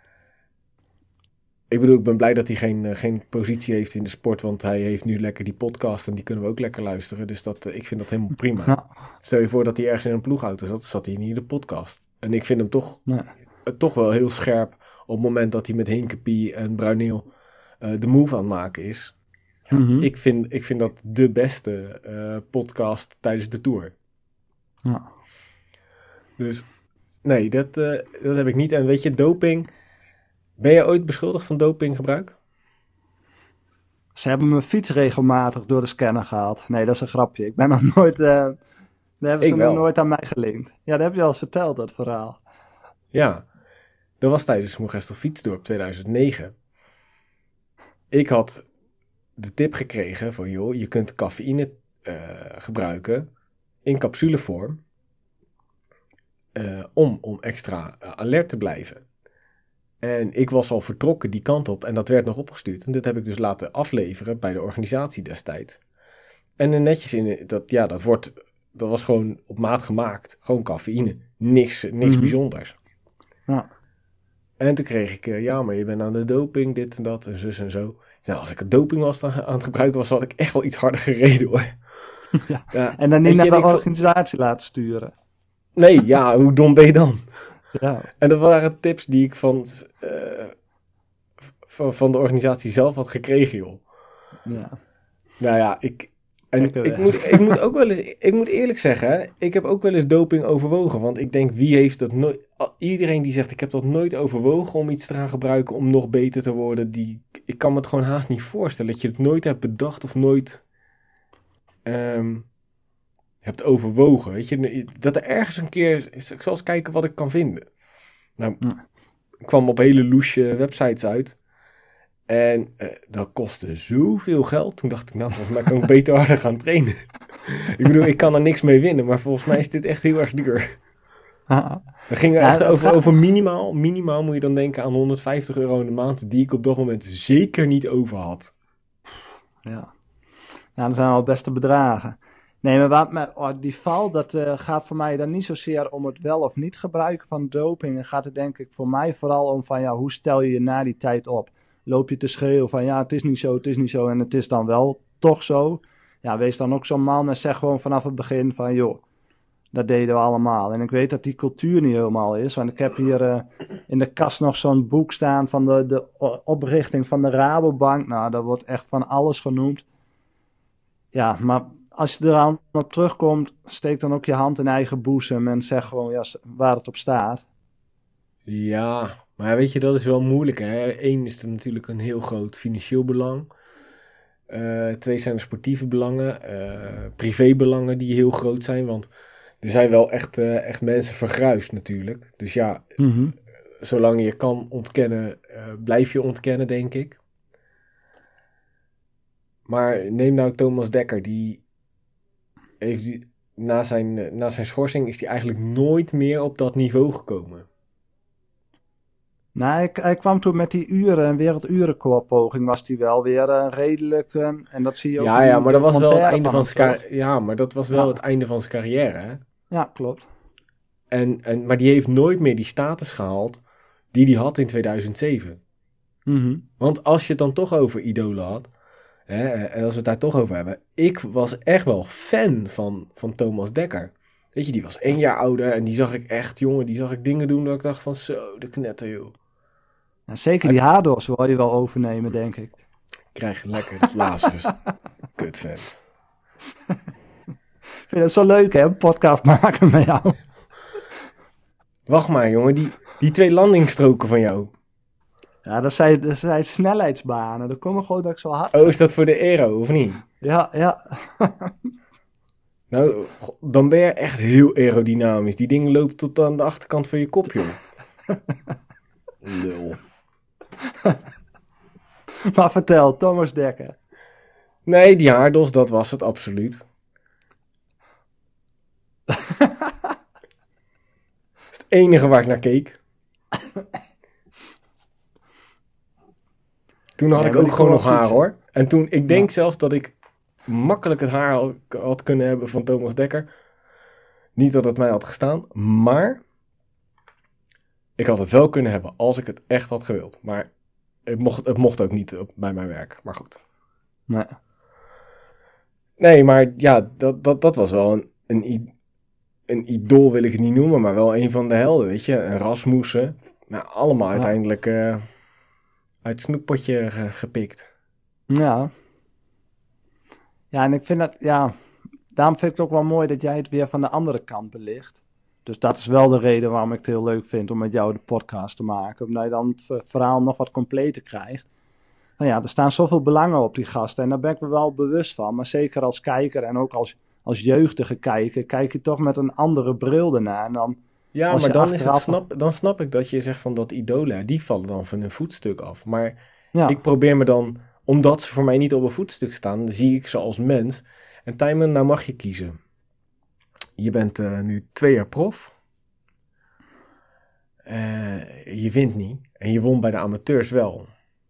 ik bedoel, ik ben blij dat hij geen, uh, geen positie heeft in de sport, want hij heeft nu lekker die podcast en die kunnen we ook lekker luisteren. Dus dat, uh, ik vind dat helemaal prima. Ja. Stel je voor dat hij ergens in een ploegauto zat, zat hij niet in de podcast. En ik vind hem toch, nee. uh, toch wel heel scherp. Op het moment dat hij met Hinkepie en Bruineel uh, de move aan het maken is. Ja, mm-hmm. ik, vind, ik vind dat de beste uh, podcast tijdens de Tour. Ja. Dus nee, dat, uh, dat heb ik niet. En weet je, doping. Ben je ooit beschuldigd van dopinggebruik? Ze hebben mijn fiets regelmatig door de scanner gehaald. Nee, dat is een grapje. Ik ben nog nooit... Uh, daar hebben ze nog nooit aan mij gelinkt. Ja, dat heb je al eens verteld, dat verhaal. Ja. Dat was tijdens Moergestel Fietsdorp tweeduizend negen. Ik had de tip gekregen van, joh, je kunt cafeïne uh, gebruiken in capsulevorm uh, om, om extra uh, alert te blijven. En ik was al vertrokken die kant op en dat werd nog opgestuurd. En dit heb ik dus laten afleveren bij de organisatie destijds. En er netjes in, dat, ja, dat wordt, dat was gewoon op maat gemaakt. Gewoon cafeïne. Niks, niks mm-hmm. bijzonders. Ja. En toen kreeg ik, uh, ja, maar je bent aan de doping, dit en dat, en zus en zo. Nou, als ik een doping was aan, aan het gebruiken was, had ik echt wel iets harder gereden, hoor. Ja. Ja. En dan niet naar de organisatie van... laten sturen. Nee, ja, hoe dom ben je dan? Ja. En dat waren tips die ik van, uh, van, van de organisatie zelf had gekregen, joh. Ja. Nou ja, ik... En ik moet, ik moet ook wel eens, ik moet eerlijk zeggen, hè, ik heb ook wel eens doping overwogen. Want ik denk, wie heeft dat nooit... Iedereen die zegt, ik heb dat nooit overwogen om iets te gaan gebruiken om nog beter te worden. Die, ik kan me het gewoon haast niet voorstellen dat je het nooit hebt bedacht of nooit... Um, hebt overwogen. Weet je, dat er ergens een keer, ik zal eens kijken wat ik kan vinden. Nou, Ja. ik kwam op hele loesje websites uit. En uh, dat kostte zoveel geld. Toen dacht ik, nou, volgens mij kan ik beter harder gaan trainen. Ik bedoel, ik kan er niks mee winnen, maar volgens mij is dit echt heel erg duur. Ja. Dan ging er Ja, echt dat over, vraag- over minimaal. Minimaal moet je dan denken aan honderdvijftig euro in de maand, die ik op dat moment zeker niet over had. Ja. Ja, dat zijn al beste bedragen. Nee, maar wat, maar, oh, die val, dat eh, gaat voor mij dan niet zozeer om het wel of niet gebruiken van doping. Dan gaat het denk ik voor mij vooral om van, ja, hoe stel je je na die tijd op? Loop je te schreeuwen van, ja, het is niet zo, het is niet zo en het is dan wel toch zo? Ja, wees dan ook zo'n man en zeg gewoon vanaf het begin van, joh, dat deden we allemaal. En ik weet dat die cultuur niet helemaal is, want ik heb hier uh, in de kast nog zo'n boek staan van de, de oprichting van de Rabobank. Nou, daar wordt echt van alles genoemd. Ja, maar als je er aan op terugkomt, steek dan ook je hand in eigen boezem en zeg gewoon ja, waar het op staat. Ja, maar weet je, dat is wel moeilijk, hè. Eén is er natuurlijk een heel groot financieel belang. Uh, twee zijn de sportieve belangen, uh, privébelangen die heel groot zijn, want er zijn wel echt, uh, echt mensen vergruisd natuurlijk. Dus ja, Mm-hmm. zolang je kan ontkennen, uh, blijf je ontkennen, denk ik. Maar neem nou Thomas Dekker, die heeft die, na, zijn, na zijn schorsing is hij eigenlijk nooit meer op dat niveau gekomen. Nou, hij, hij kwam toen met die uren, een wereldurenkoorpoging was hij wel weer uh, redelijk, uh, en dat zie je ook ja, in ja, die maar dat was wel het einde van van zijn hem, carrière. Ja, maar dat was wel Ja. het einde van zijn carrière, hè? Ja, klopt. En, en, maar die heeft nooit meer die status gehaald die hij had in tweeduizend zeven. Mm-hmm. Want als je het dan toch over idolen had, hè, en als we het daar toch over hebben, ik was echt wel fan van, van Thomas Dekker. Weet je, die was één jaar ouder en die zag ik echt, jongen, die zag ik dingen doen dat ik dacht van zo, de knetter, joh. Ja, zeker die haardos wil je wel overnemen, denk ik. Ik krijg lekker de Lazarus. Kut vent. Ik vind het zo leuk, hè, een podcast maken met jou. Wacht maar, jongen, die, die twee landingsstroken van jou. Ja, dat zijn, dat zijn snelheidsbanen. Dat komen gewoon dat ik zo hard... Oh, is dat voor de aero, of niet? Ja, ja. Nou, dan ben je echt heel aerodynamisch. Die ding loopt tot aan de achterkant van je kop, joh. Lul. Maar vertel, Thomas Dekker. Nee, die haardos, dat was het absoluut. Dat is het enige waar ik naar keek. Toen had Nee, ik maar ook die gewoon kon nog wel haar, fietsen. hoor. En toen, ik denk Ja. zelfs dat ik makkelijk het haar had, had kunnen hebben van Thomas Dekker. Niet dat het mij had gestaan, maar ik had het wel kunnen hebben als ik het echt had gewild. Maar het mocht, het mocht ook niet op, bij mijn werk, maar goed. Nee. Nee, maar ja, dat, dat, dat was wel een, een, i- een idool, wil ik het niet noemen, maar wel een van de helden, weet je. Een Rasmussen. Nou, allemaal Ja. uiteindelijk uh, uit het snoeppotje ge- gepikt. Ja. Ja, en ik vind dat, ja, daarom vind ik het ook wel mooi dat jij het weer van de andere kant belicht. Dus dat is wel de reden waarom ik het heel leuk vind om met jou de podcast te maken. Omdat je dan het ver- verhaal nog wat completer krijgt. Nou ja, er staan zoveel belangen op die gasten en daar ben ik me wel bewust van. Maar zeker als kijker en ook als, als jeugdige kijker, kijk je toch met een andere bril ernaar. En dan, Ja, Als maar je dan, is het achteraf- snap, dan snap ik dat je zegt van dat idolen, die vallen dan van hun voetstuk af. Maar ja, ik probeer me dan, omdat ze voor mij niet op een voetstuk staan, zie ik ze als mens. En Tijmen, nou mag je kiezen. Je bent uh, nu twee jaar prof. Uh, je wint niet. En je won bij de amateurs wel.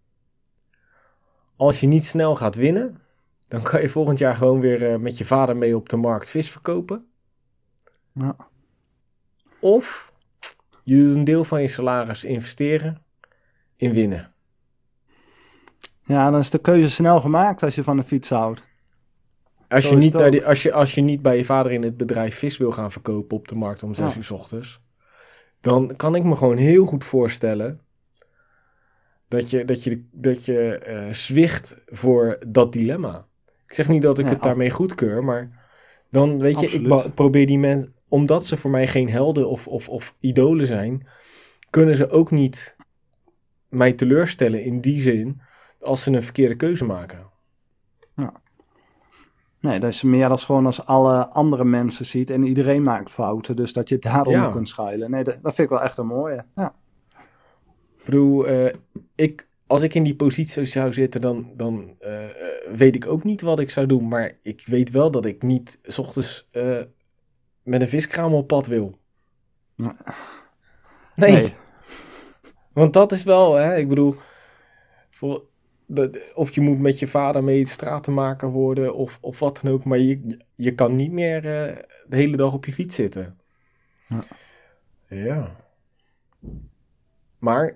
Als je niet snel gaat winnen, dan kan je volgend jaar gewoon weer uh, met je vader mee op de markt vis verkopen. ja. Of je doet een deel van je salaris investeren in winnen. ja, dan is de keuze snel gemaakt als je van de fiets houdt. Als Zo je, is niet het naar ook. die, als, je, als je niet bij je vader in het bedrijf vis wil gaan verkopen op de markt om zes Ja. uur 's ochtends, dan kan ik me gewoon heel goed voorstellen dat je, dat je, dat je uh, zwicht voor dat dilemma. Ik zeg niet dat ik Ja, het ab- daarmee goedkeur, maar dan weet je, ik Absoluut. ba- probeer die mensen, omdat ze voor mij geen helden of, of, of idolen zijn, kunnen ze ook niet mij teleurstellen in die zin als ze een verkeerde keuze maken. Nee, dat is meer als gewoon als alle andere mensen ziet en iedereen maakt fouten. Dus dat je daaronder Ja, kunt schuilen. Nee, dat, dat vind ik wel echt een mooie. Ja. ik bedoel, eh, ik, als ik in die positie zou zitten, dan, dan eh, eh, weet ik ook niet wat ik zou doen. Maar ik weet wel dat ik niet 's ochtends eh, met een viskraam op pad wil. Nee. Nee, Nee. want dat is wel, hè, ik bedoel, voor, de- of je moet met je vader mee stratenmaker worden of, of wat dan ook. Maar je, je kan niet meer eh, de hele dag op je fiets zitten. Ja. Ja. Maar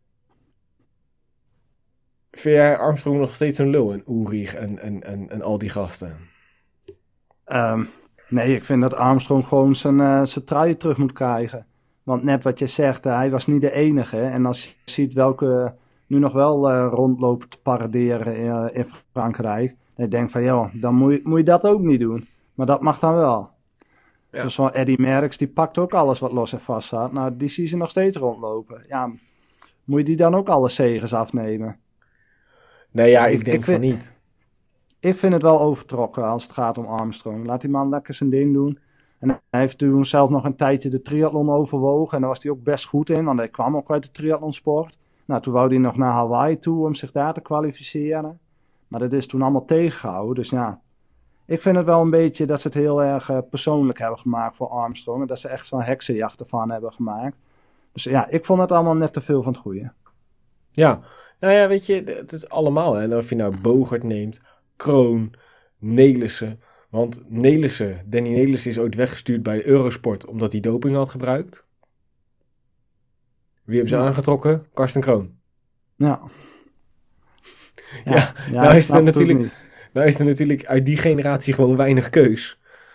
vind jij Armstrong nog steeds een lul en Ulrich en, en, en, en al die gasten? Ehm, nee, ik vind dat Armstrong gewoon zijn, eh, zijn trui terug moet krijgen. Want net wat je zegt, eh, hij was niet de enige. En als je ziet welke nu nog wel eh, rondlopen te paraderen in, eh, in Frankrijk. Dan denk ik van, joh, dan moet je, moet je dat ook niet doen. Maar dat mag dan wel. Ja. Zoals zo'n Eddy Merckx, die pakt ook alles wat los en vast staat. Nou, die zie je nog steeds rondlopen. Ja, moet je die dan ook alle zegens afnemen? Nee, ja, Dus ik ik, denk ik van vind, niet. ik vind het wel overtrokken als het gaat om Armstrong. Laat die man lekker zijn ding doen. En hij heeft toen zelf nog een tijdje de triathlon overwogen. En daar was hij ook best goed in, want hij kwam ook uit de triathlonsport. Nou, toen wou hij nog naar Hawaii toe om zich daar te kwalificeren. Maar dat is toen allemaal tegengehouden. Dus ja, ik vind het wel een beetje dat ze het heel erg eh, persoonlijk hebben gemaakt voor Armstrong. En dat ze echt zo'n heksenjacht ervan hebben gemaakt. Dus ja, ik vond het allemaal net te veel van het goede. Ja, nou ja, weet je, het is allemaal. Hè. En of je nou Bogert neemt, Kroon, Nelissen. Want Nelissen, Danny Nelissen is ooit weggestuurd bij Eurosport omdat hij doping had gebruikt. Wie hebben ze Ja. aangetrokken? Karsten Kroon. Ja. Ja, Ja, ja, nou ik is snap er het ook natuurlijk, niet. nou is er natuurlijk uit die generatie gewoon weinig keus.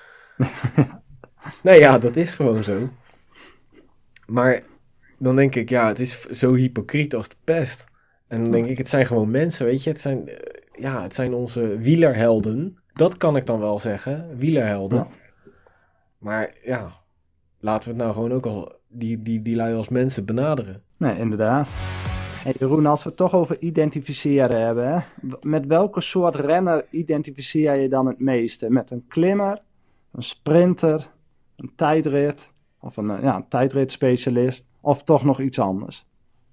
Nee, ja, dat is gewoon zo. Maar dan denk ik, ja, het is zo hypocriet als de pest. En dan denk ik, het zijn gewoon mensen, weet je. Het zijn, eh, ja, het zijn onze wielerhelden. Dat kan ik dan wel zeggen, wielerhelden. Ja. Maar ja, laten we het nou gewoon ook al, die, die, die lui als mensen benaderen. Nee, inderdaad. Hey Jeroen, als we het toch over identificeren hebben, hè? w- met welke soort renner identificeer je dan het meeste? Met een klimmer, een sprinter, een tijdrit of een, eh, ja, een tijdritspecialist of toch nog iets anders?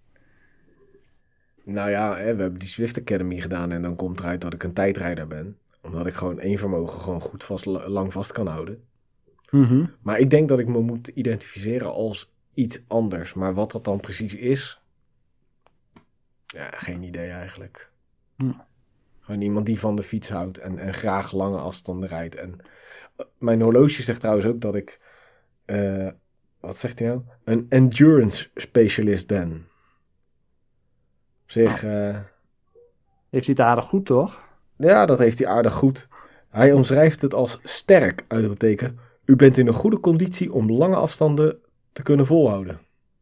Nou ja, hè, we hebben die Swift Academy gedaan en dan komt eruit dat ik een tijdrijder ben. Omdat ik gewoon één vermogen gewoon goed vast, lang vast kan houden. Mhm. Maar ik denk dat ik me moet identificeren als iets anders. Maar wat dat dan precies is, ja, geen idee eigenlijk. Hm. Gewoon iemand die van de fiets houdt en, en graag lange afstanden rijdt. En eh, mijn horloge zegt trouwens ook dat ik, eh, wat zegt hij nou? Een endurance specialist ben. Op zich, eh, Heeft hij het aardig goed, toch? ja, dat heeft hij aardig goed. Hij omschrijft het als sterk, uitroepteken. U bent in een goede conditie om lange afstanden te kunnen volhouden.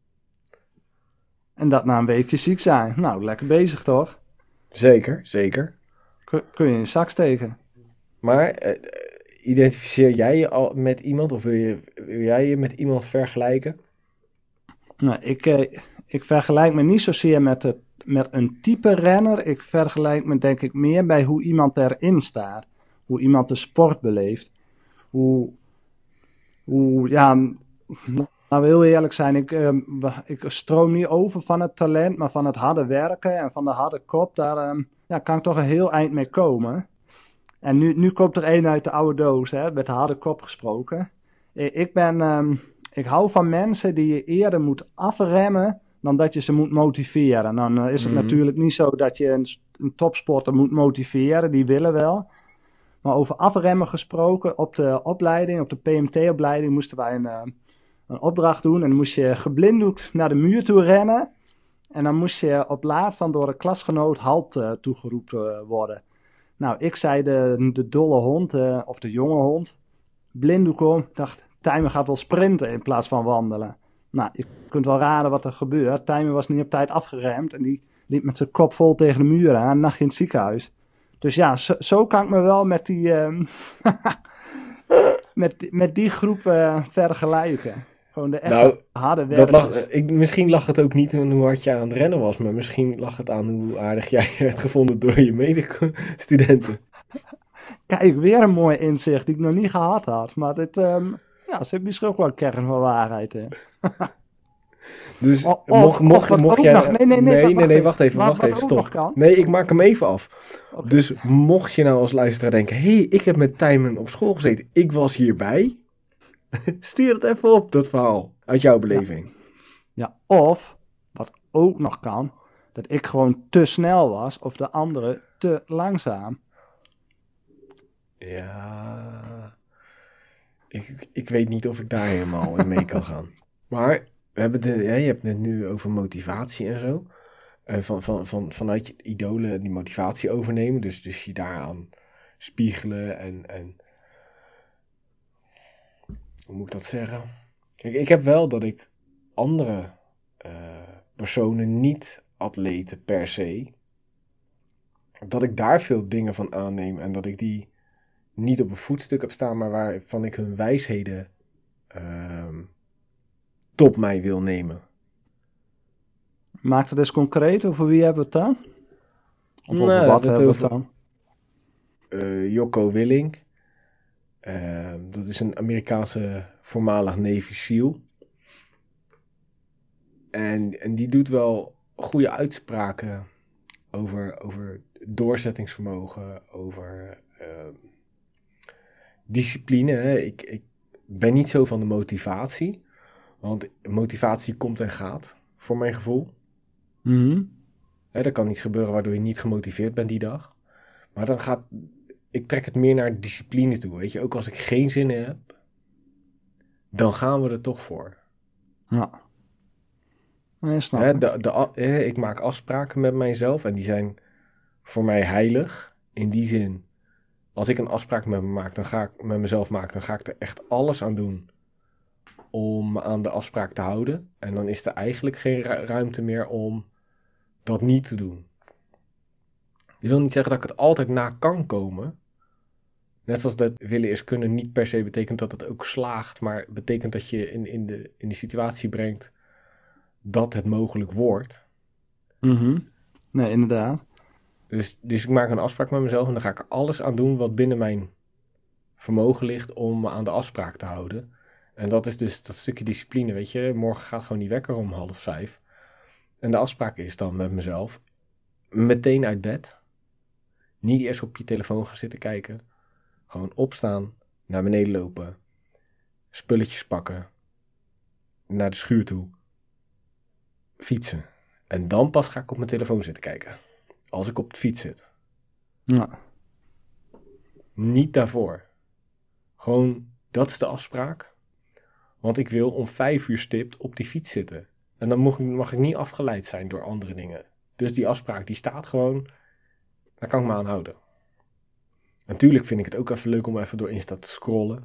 En dat na een weekje ziek zijn. Nou, lekker bezig, toch? Zeker, zeker. Kun, kun je in je zak steken. Maar eh, identificeer jij je al met iemand of wil, je, wil jij je met iemand vergelijken? Nou, ik, eh, ik vergelijk me niet zozeer met, het, met een type renner. Ik vergelijk me denk ik meer bij hoe iemand erin staat. Hoe iemand de sport beleeft. Hoe, hoe ja, nou wil eerlijk zijn, ik, eh, wa- ik stroom niet over van het talent, maar van het harde werken en van de harde kop. Daar eh, ja, kan ik toch een heel eind mee komen. En nu, nu komt er één uit de oude doos, hè, met de harde kop gesproken. I- Ik ben, ehm, ik hou van mensen die je eerder moet afremmen dan dat je ze moet motiveren. Dan eh, is het Mhm. natuurlijk niet zo dat je een, s- een topsporter moet motiveren, die willen wel. Maar over afremmen gesproken, op de opleiding, op de P M T-opleiding moesten wij een, eh, een opdracht doen. En dan moest je geblinddoekt naar de muur toe rennen. En dan moest je op laatst dan door een klasgenoot halt eh, toegeroepen eh, worden. Nou, ik zei de, de dolle hond, eh, of de jonge hond, blinddoek om. Ik dacht, Tijmen gaat wel sprinten in plaats van wandelen. Nou, je kunt wel raden wat er gebeurt. Tijmen was niet op tijd afgeremd en die liep met zijn kop vol tegen de muur aan, nacht in het ziekenhuis. Dus ja, zo, zo kan ik me wel met die, ehm, met, met die groep eh, vergelijken. Gewoon de echte Nou, harde dat werkers. lag, ik, misschien lag het ook niet aan hoe hard je aan het rennen was, maar misschien lag het aan hoe aardig jij werd gevonden door je medestudenten. Kijk, weer een mooi inzicht die ik nog niet gehad had. Maar dit, um, ja, er zit misschien ook wel een kern van waarheid in. Dus Of, mocht, of mocht, wat mocht ook jij... nog... Nee, nee, nee, Nee, nee, wacht nee, even. wacht even, Wat, wacht wat even, ook nog stop. kan. Nee, ik maak hem even af. Okay. Dus mocht je nou als luisteraar denken... Hé, hey, ik heb met Tijmen op school gezeten. Ik was hierbij. Stuur het even op, dat verhaal. Uit jouw beleving. Ja. ja, of wat ook nog kan... Dat ik gewoon te snel was of de andere te langzaam. Ja... Ik, ik weet niet of ik daar helemaal in mee kan gaan. Maar we hebben de, ja, je hebt het nu over motivatie en zo. Uh, van, van, van, vanuit je idolen die motivatie overnemen. Dus, dus je daaraan spiegelen en, en... Hoe moet ik dat zeggen? Kijk, ik heb wel dat ik andere uh, personen, niet atleten per se... Dat ik daar veel dingen van aanneem en dat ik die niet op een voetstuk heb staan, maar waarvan ik hun wijsheden uh, tot mij wil nemen. Maak het eens concreet, over wie hebben we het dan? Of nou, over wat hebben we over, het dan? Uh, Jocko Willink. Uh, dat is een Amerikaanse voormalig Navy SEAL. En, en die doet wel goede uitspraken over, over doorzettingsvermogen, over uh, discipline. Hè. Ik, ik ben niet zo van de motivatie. Want motivatie komt en gaat, voor mijn gevoel. Mm-hmm. Hè, er kan iets gebeuren waardoor je niet gemotiveerd bent die dag. Maar dan gaat... Ik trek het meer naar discipline toe, weet je. Ook als ik geen zin in heb, dan gaan we er toch voor. Ja. Nee, snap Hè, de, de, de, ik maak afspraken met mijzelf en die zijn voor mij heilig. In die zin, als ik een afspraak met, me maak, dan ga ik, met mezelf maak, dan ga ik er echt alles aan doen om me aan de afspraak te houden. En dan is er eigenlijk geen ru- ruimte meer om dat niet te doen. Je wil niet zeggen dat ik het altijd na kan komen. Net zoals dat willen is kunnen niet per se betekent dat het ook slaagt, maar betekent dat je in, in, de, in de situatie brengt dat het mogelijk wordt. Mm-hmm. Nee, inderdaad. Dus, dus ik maak een afspraak met mezelf en dan ga ik er alles aan doen wat binnen mijn vermogen ligt om me aan de afspraak te houden. En dat is dus dat stukje discipline, weet je. Morgen gaat gewoon die wekker om half vijf. En de afspraak is dan met mezelf meteen uit bed. Niet eerst op je telefoon gaan zitten kijken. Gewoon opstaan, naar beneden lopen, spulletjes pakken, naar de schuur toe, fietsen. En dan pas ga ik op mijn telefoon zitten kijken. Als ik op de fiets zit. Ja. Niet daarvoor. Gewoon, dat is de afspraak. Want ik wil om vijf uur stipt op die fiets zitten. En dan mag ik, mag ik niet afgeleid zijn door andere dingen. Dus die afspraak, die staat gewoon. Daar kan ik me aan houden. Natuurlijk vind ik het ook even leuk om even door Insta te scrollen.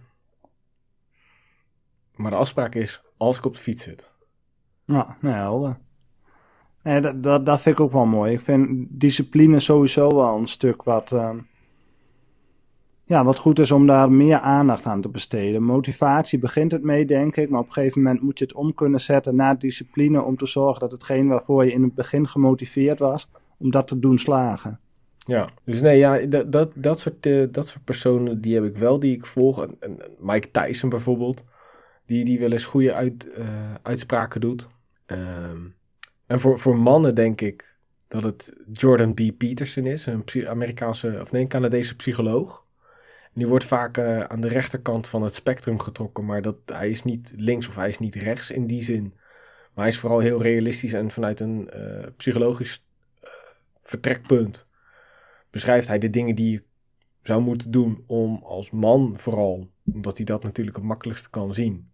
Maar de afspraak is, als ik op de fiets zit. Ja, nou helder. Nee, dat, dat, dat vind ik ook wel mooi. Ik vind discipline sowieso wel een stuk wat, uh, ja, wat goed is om daar meer aandacht aan te besteden. Motivatie begint het mee, denk ik. Maar op een gegeven moment moet je het om kunnen zetten naar discipline om te zorgen dat hetgeen waarvoor je in het begin gemotiveerd was, om dat te doen slagen. Ja, dus nee, ja, dat, dat, dat, soort, uh, dat soort personen, die heb ik wel, die ik volg. En, en Mike Tyson bijvoorbeeld, die, die wel eens goede uit, uh, uitspraken doet. Um, en voor, voor mannen denk ik dat het Jordan B. Peterson is, een psy- Amerikaanse, of nee, Canadese psycholoog. En die wordt vaak uh, aan de rechterkant van het spectrum getrokken, maar dat, hij is niet links of hij is niet rechts in die zin. Maar hij is vooral heel realistisch en vanuit een uh, psychologisch uh, vertrekpunt beschrijft hij de dingen die je zou moeten doen om als man vooral, omdat hij dat natuurlijk het makkelijkste kan zien,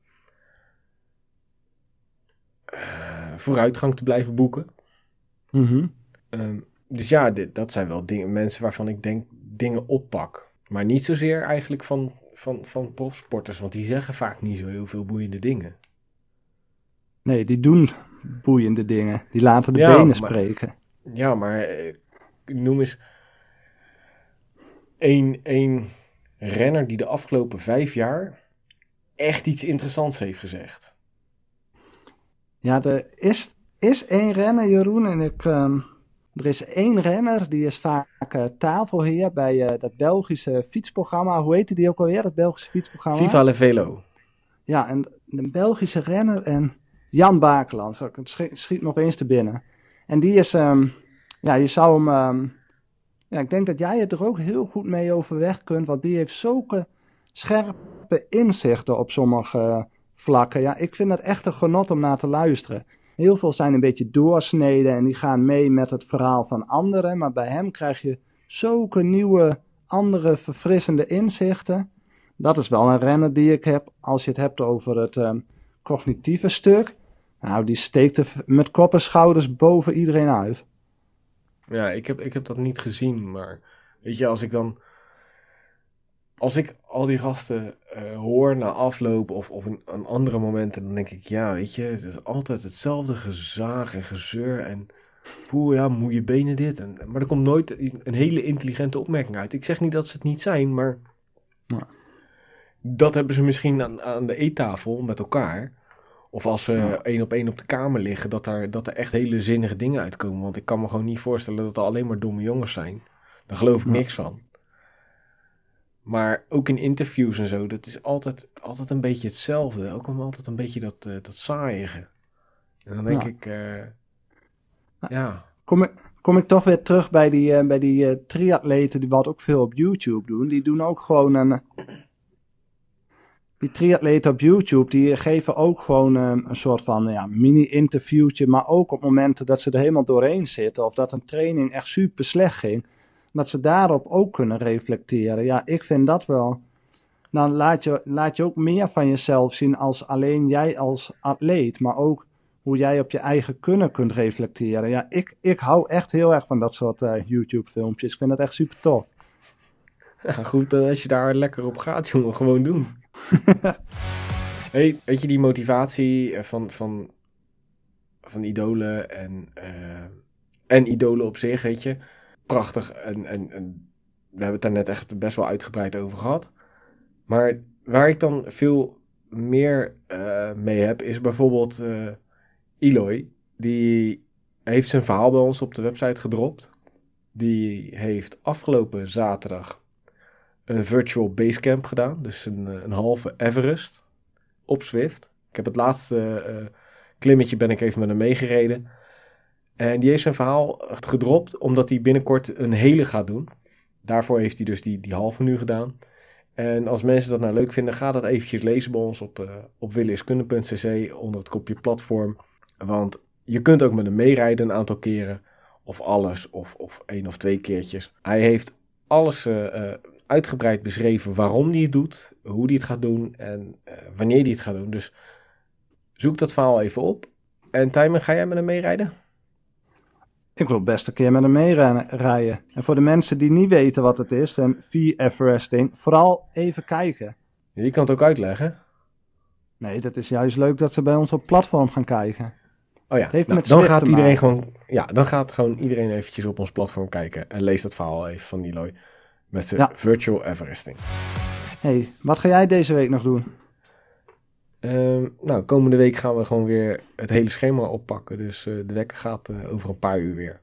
uh, vooruitgang te blijven boeken. Mm-hmm. Um, dus ja, dit, dat zijn wel dingen, mensen waarvan ik denk dingen oppak. Maar niet zozeer eigenlijk van, van, van profsporters, want die zeggen vaak niet zo heel veel boeiende dingen. Nee, die doen boeiende dingen. Die laten de ja, benen maar, spreken. Ja, maar uh, noem eens één, één renner die de afgelopen vijf jaar echt iets interessants heeft gezegd. Ja, er is, is één renner, Jeroen, en ik, um, Er is één renner, die is vaak uh, tafelheer bij uh, dat Belgische fietsprogramma. Hoe heette die ook alweer, dat Belgische fietsprogramma? Viva le Velo. Ja, en een Belgische renner en Jan Bakeland. Het schiet, schiet nog eens te binnen. En die is, um, ja, je zou hem... Um, ja, ik denk dat jij het er ook heel goed mee overweg kunt, want die heeft zulke scherpe inzichten op sommige uh, vlakken. Ja, ik vind het echt een genot om naar te luisteren. Heel veel zijn een beetje doorsneden en die gaan mee met het verhaal van anderen. Maar bij hem krijg je zulke nieuwe, andere, verfrissende inzichten. Dat is wel een renner die ik heb als je het hebt over het um, cognitieve stuk. Nou, die steekt er met kop en schouders boven iedereen uit. Ja, ik heb, ik heb dat niet gezien, maar weet je, als ik dan... Als ik al die gasten uh, hoor na afloop of, of een, een andere momenten, dan denk ik, ja, weet je, het is altijd hetzelfde gezaag en gezeur en poeh, ja, moeie benen dit. En, maar er komt nooit een hele intelligente opmerking uit. Ik zeg niet dat ze het niet zijn, maar ja. Dat hebben ze misschien aan, aan de eettafel met elkaar. Of als ze ja. één op één op de kamer liggen, dat, daar, dat er echt hele zinnige dingen uitkomen. Want ik kan me gewoon niet voorstellen dat er alleen maar domme jongens zijn. Daar geloof ik ja. niks van. Maar ook in interviews en zo, dat is altijd, altijd een beetje hetzelfde. Ook altijd een beetje dat, uh, dat saaiige. En dan denk ja. ik, uh, ja. Kom ik, kom ik toch weer terug bij die, uh, bij die uh, triatleten die wat ook veel op YouTube doen. Die doen ook gewoon een... Die triatleten op YouTube, die geven ook gewoon um, een soort van ja, mini-interviewtje. Maar ook op momenten dat ze er helemaal doorheen zitten. Of dat een training echt super slecht ging. Dat ze daarop ook kunnen reflecteren. Ja, ik vind dat wel. Dan laat je, laat je ook meer van jezelf zien als alleen jij als atleet. Maar ook hoe jij op je eigen kunnen kunt reflecteren. Ja, ik, ik hou echt heel erg van dat soort uh, YouTube-filmpjes. Ik vind dat echt super tof. Ja, goed, als je daar lekker op gaat, jongen, gewoon doen. Hey, weet je, die motivatie van, van, van idolen en, uh, en idolen op zich, weet je... Prachtig en, en, en we hebben het daar net echt best wel uitgebreid over gehad. Maar waar ik dan veel meer uh, mee heb, is bijvoorbeeld uh, Eloy. Die heeft zijn verhaal bij ons op de website gedropt. Die heeft afgelopen zaterdag een virtual basecamp gedaan. Dus een, een halve Everest op Zwift. Ik heb het laatste uh, klimmetje ben ik even met hem meegereden. En die heeft zijn verhaal gedropt, omdat hij binnenkort een hele gaat doen. Daarvoor heeft hij dus die, die halve nu gedaan. En als mensen dat nou leuk vinden, ga dat eventjes lezen bij ons op, uh, op williskunde punt c c onder het kopje platform. Want je kunt ook met hem meerijden een aantal keren. Of alles, of, of één of twee keertjes. Hij heeft alles uh, uh, uitgebreid beschreven waarom hij het doet, hoe hij het gaat doen en uh, wanneer hij het gaat doen. Dus zoek dat verhaal even op. En Tijmen, ga jij met hem meerijden? Ik wil best een keer met hem meerijden. En voor de mensen die niet weten wat het is, en V-Everesting, vooral even kijken. Je kan het ook uitleggen. Nee, dat is juist leuk dat ze bij ons op platform gaan kijken. Oh ja, nou, dan gaat iedereen gewoon, ja, dan gaat gewoon iedereen eventjes op ons platform kijken en leest dat verhaal even van Eloy met zijn ja. virtual Everesting. Hey, wat ga jij deze week nog doen? Uh, nou, komende week gaan we gewoon weer het hele schema oppakken. Dus uh, de wekker gaat uh, over een paar uur weer.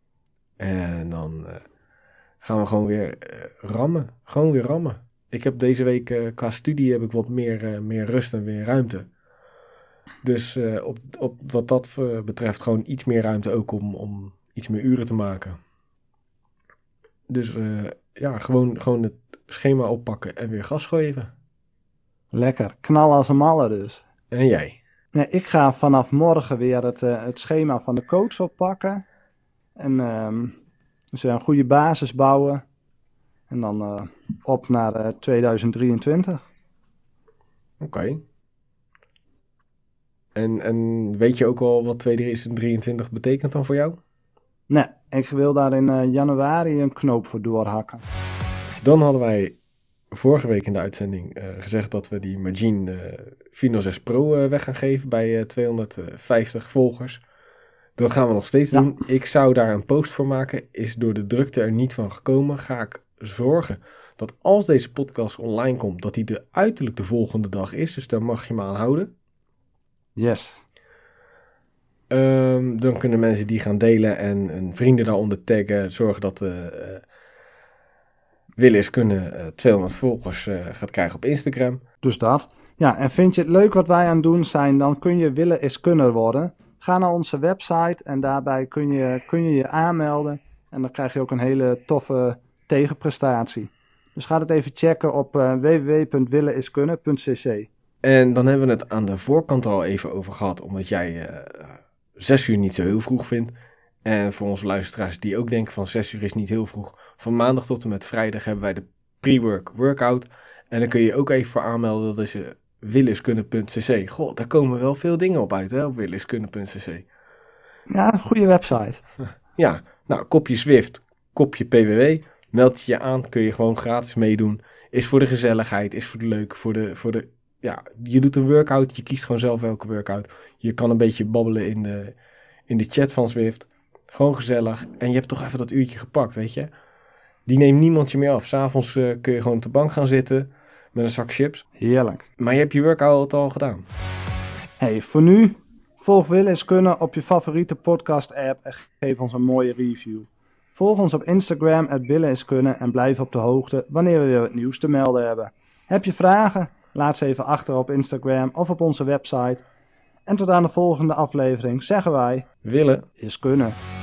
En dan uh, gaan we gewoon weer uh, rammen. Gewoon weer rammen. Ik heb deze week uh, qua studie heb ik wat meer, uh, meer rust en weer ruimte. Dus uh, op, op wat dat uh, betreft gewoon iets meer ruimte ook om, om iets meer uren te maken. Dus uh, ja, gewoon, gewoon het schema oppakken en weer gas geven. Lekker, knallen als een malle dus. En jij? Nee, ik ga vanaf morgen weer het, uh, het schema van de coach oppakken. En um, dus een goede basis bouwen. En dan uh, op naar uh, tweeduizend drieëntwintig. Oké. Okay. En, en weet je ook al wat tweeduizend drieëntwintig betekent dan voor jou? Nee, ik wil daar in uh, januari een knoop voor doorhakken. Dan hadden wij vorige week in de uitzending uh, gezegd dat we die Magine uh, vier nul zes Pro uh, weg gaan geven bij uh, tweehonderdvijftig volgers. Dat gaan we nog steeds ja. doen. Ik zou daar een post voor maken. Is door de drukte er niet van gekomen. Ga ik zorgen dat als deze podcast online komt, dat die de uiterlijk de volgende dag is. Dus daar mag je me aan houden. Yes. Um, dan kunnen mensen die gaan delen en, en vrienden daaronder taggen. Zorgen dat uh, uh, Willen is Kunnen uh, tweehonderd volgers uh, gaat krijgen op Instagram. Dus dat. Ja, en vind je het leuk wat wij aan het doen zijn, dan kun je Willen is Kunnen worden. Ga naar onze website en daarbij kun je kun je, je aanmelden. En dan krijg je ook een hele toffe tegenprestatie. Dus ga het even checken op uh, w w w punt willen is kunnen punt c c. En dan hebben we het aan de voorkant al even over gehad, omdat jij uh, zes uur niet zo heel vroeg vindt. En voor onze luisteraars die ook denken van zes uur is niet heel vroeg. Van maandag tot en met vrijdag hebben wij de pre-work workout. En dan kun je ook even voor aanmelden, dat is uh, willen is kunnen punt c c. Goh, daar komen wel veel dingen op uit, hè, op willen is kunnen punt c c. Ja, een goede website. Ja, nou, kopje Zwift, kopje P W W. Meld je je aan, kun je gewoon gratis meedoen. Is voor de gezelligheid, is voor de leuk, voor de, voor de... Ja, je doet een workout, je kiest gewoon zelf welke workout. Je kan een beetje babbelen in de, in de chat van Zwift. Gewoon gezellig. En je hebt toch even dat uurtje gepakt, weet je. Die neemt niemand je meer af. 's Avonds uh, kun je gewoon op de bank gaan zitten met een zak chips. Heerlijk. Maar je hebt je workout al gedaan. Hey, voor nu, volg Willen is Kunnen op je favoriete podcast app en geef ons een mooie review. Volg ons op Instagram, at Willen is Kunnen, en blijf op de hoogte wanneer we weer het nieuws te melden hebben. Heb je vragen? Laat ze even achter op Instagram of op onze website. En tot aan de volgende aflevering zeggen wij... Willen is Kunnen.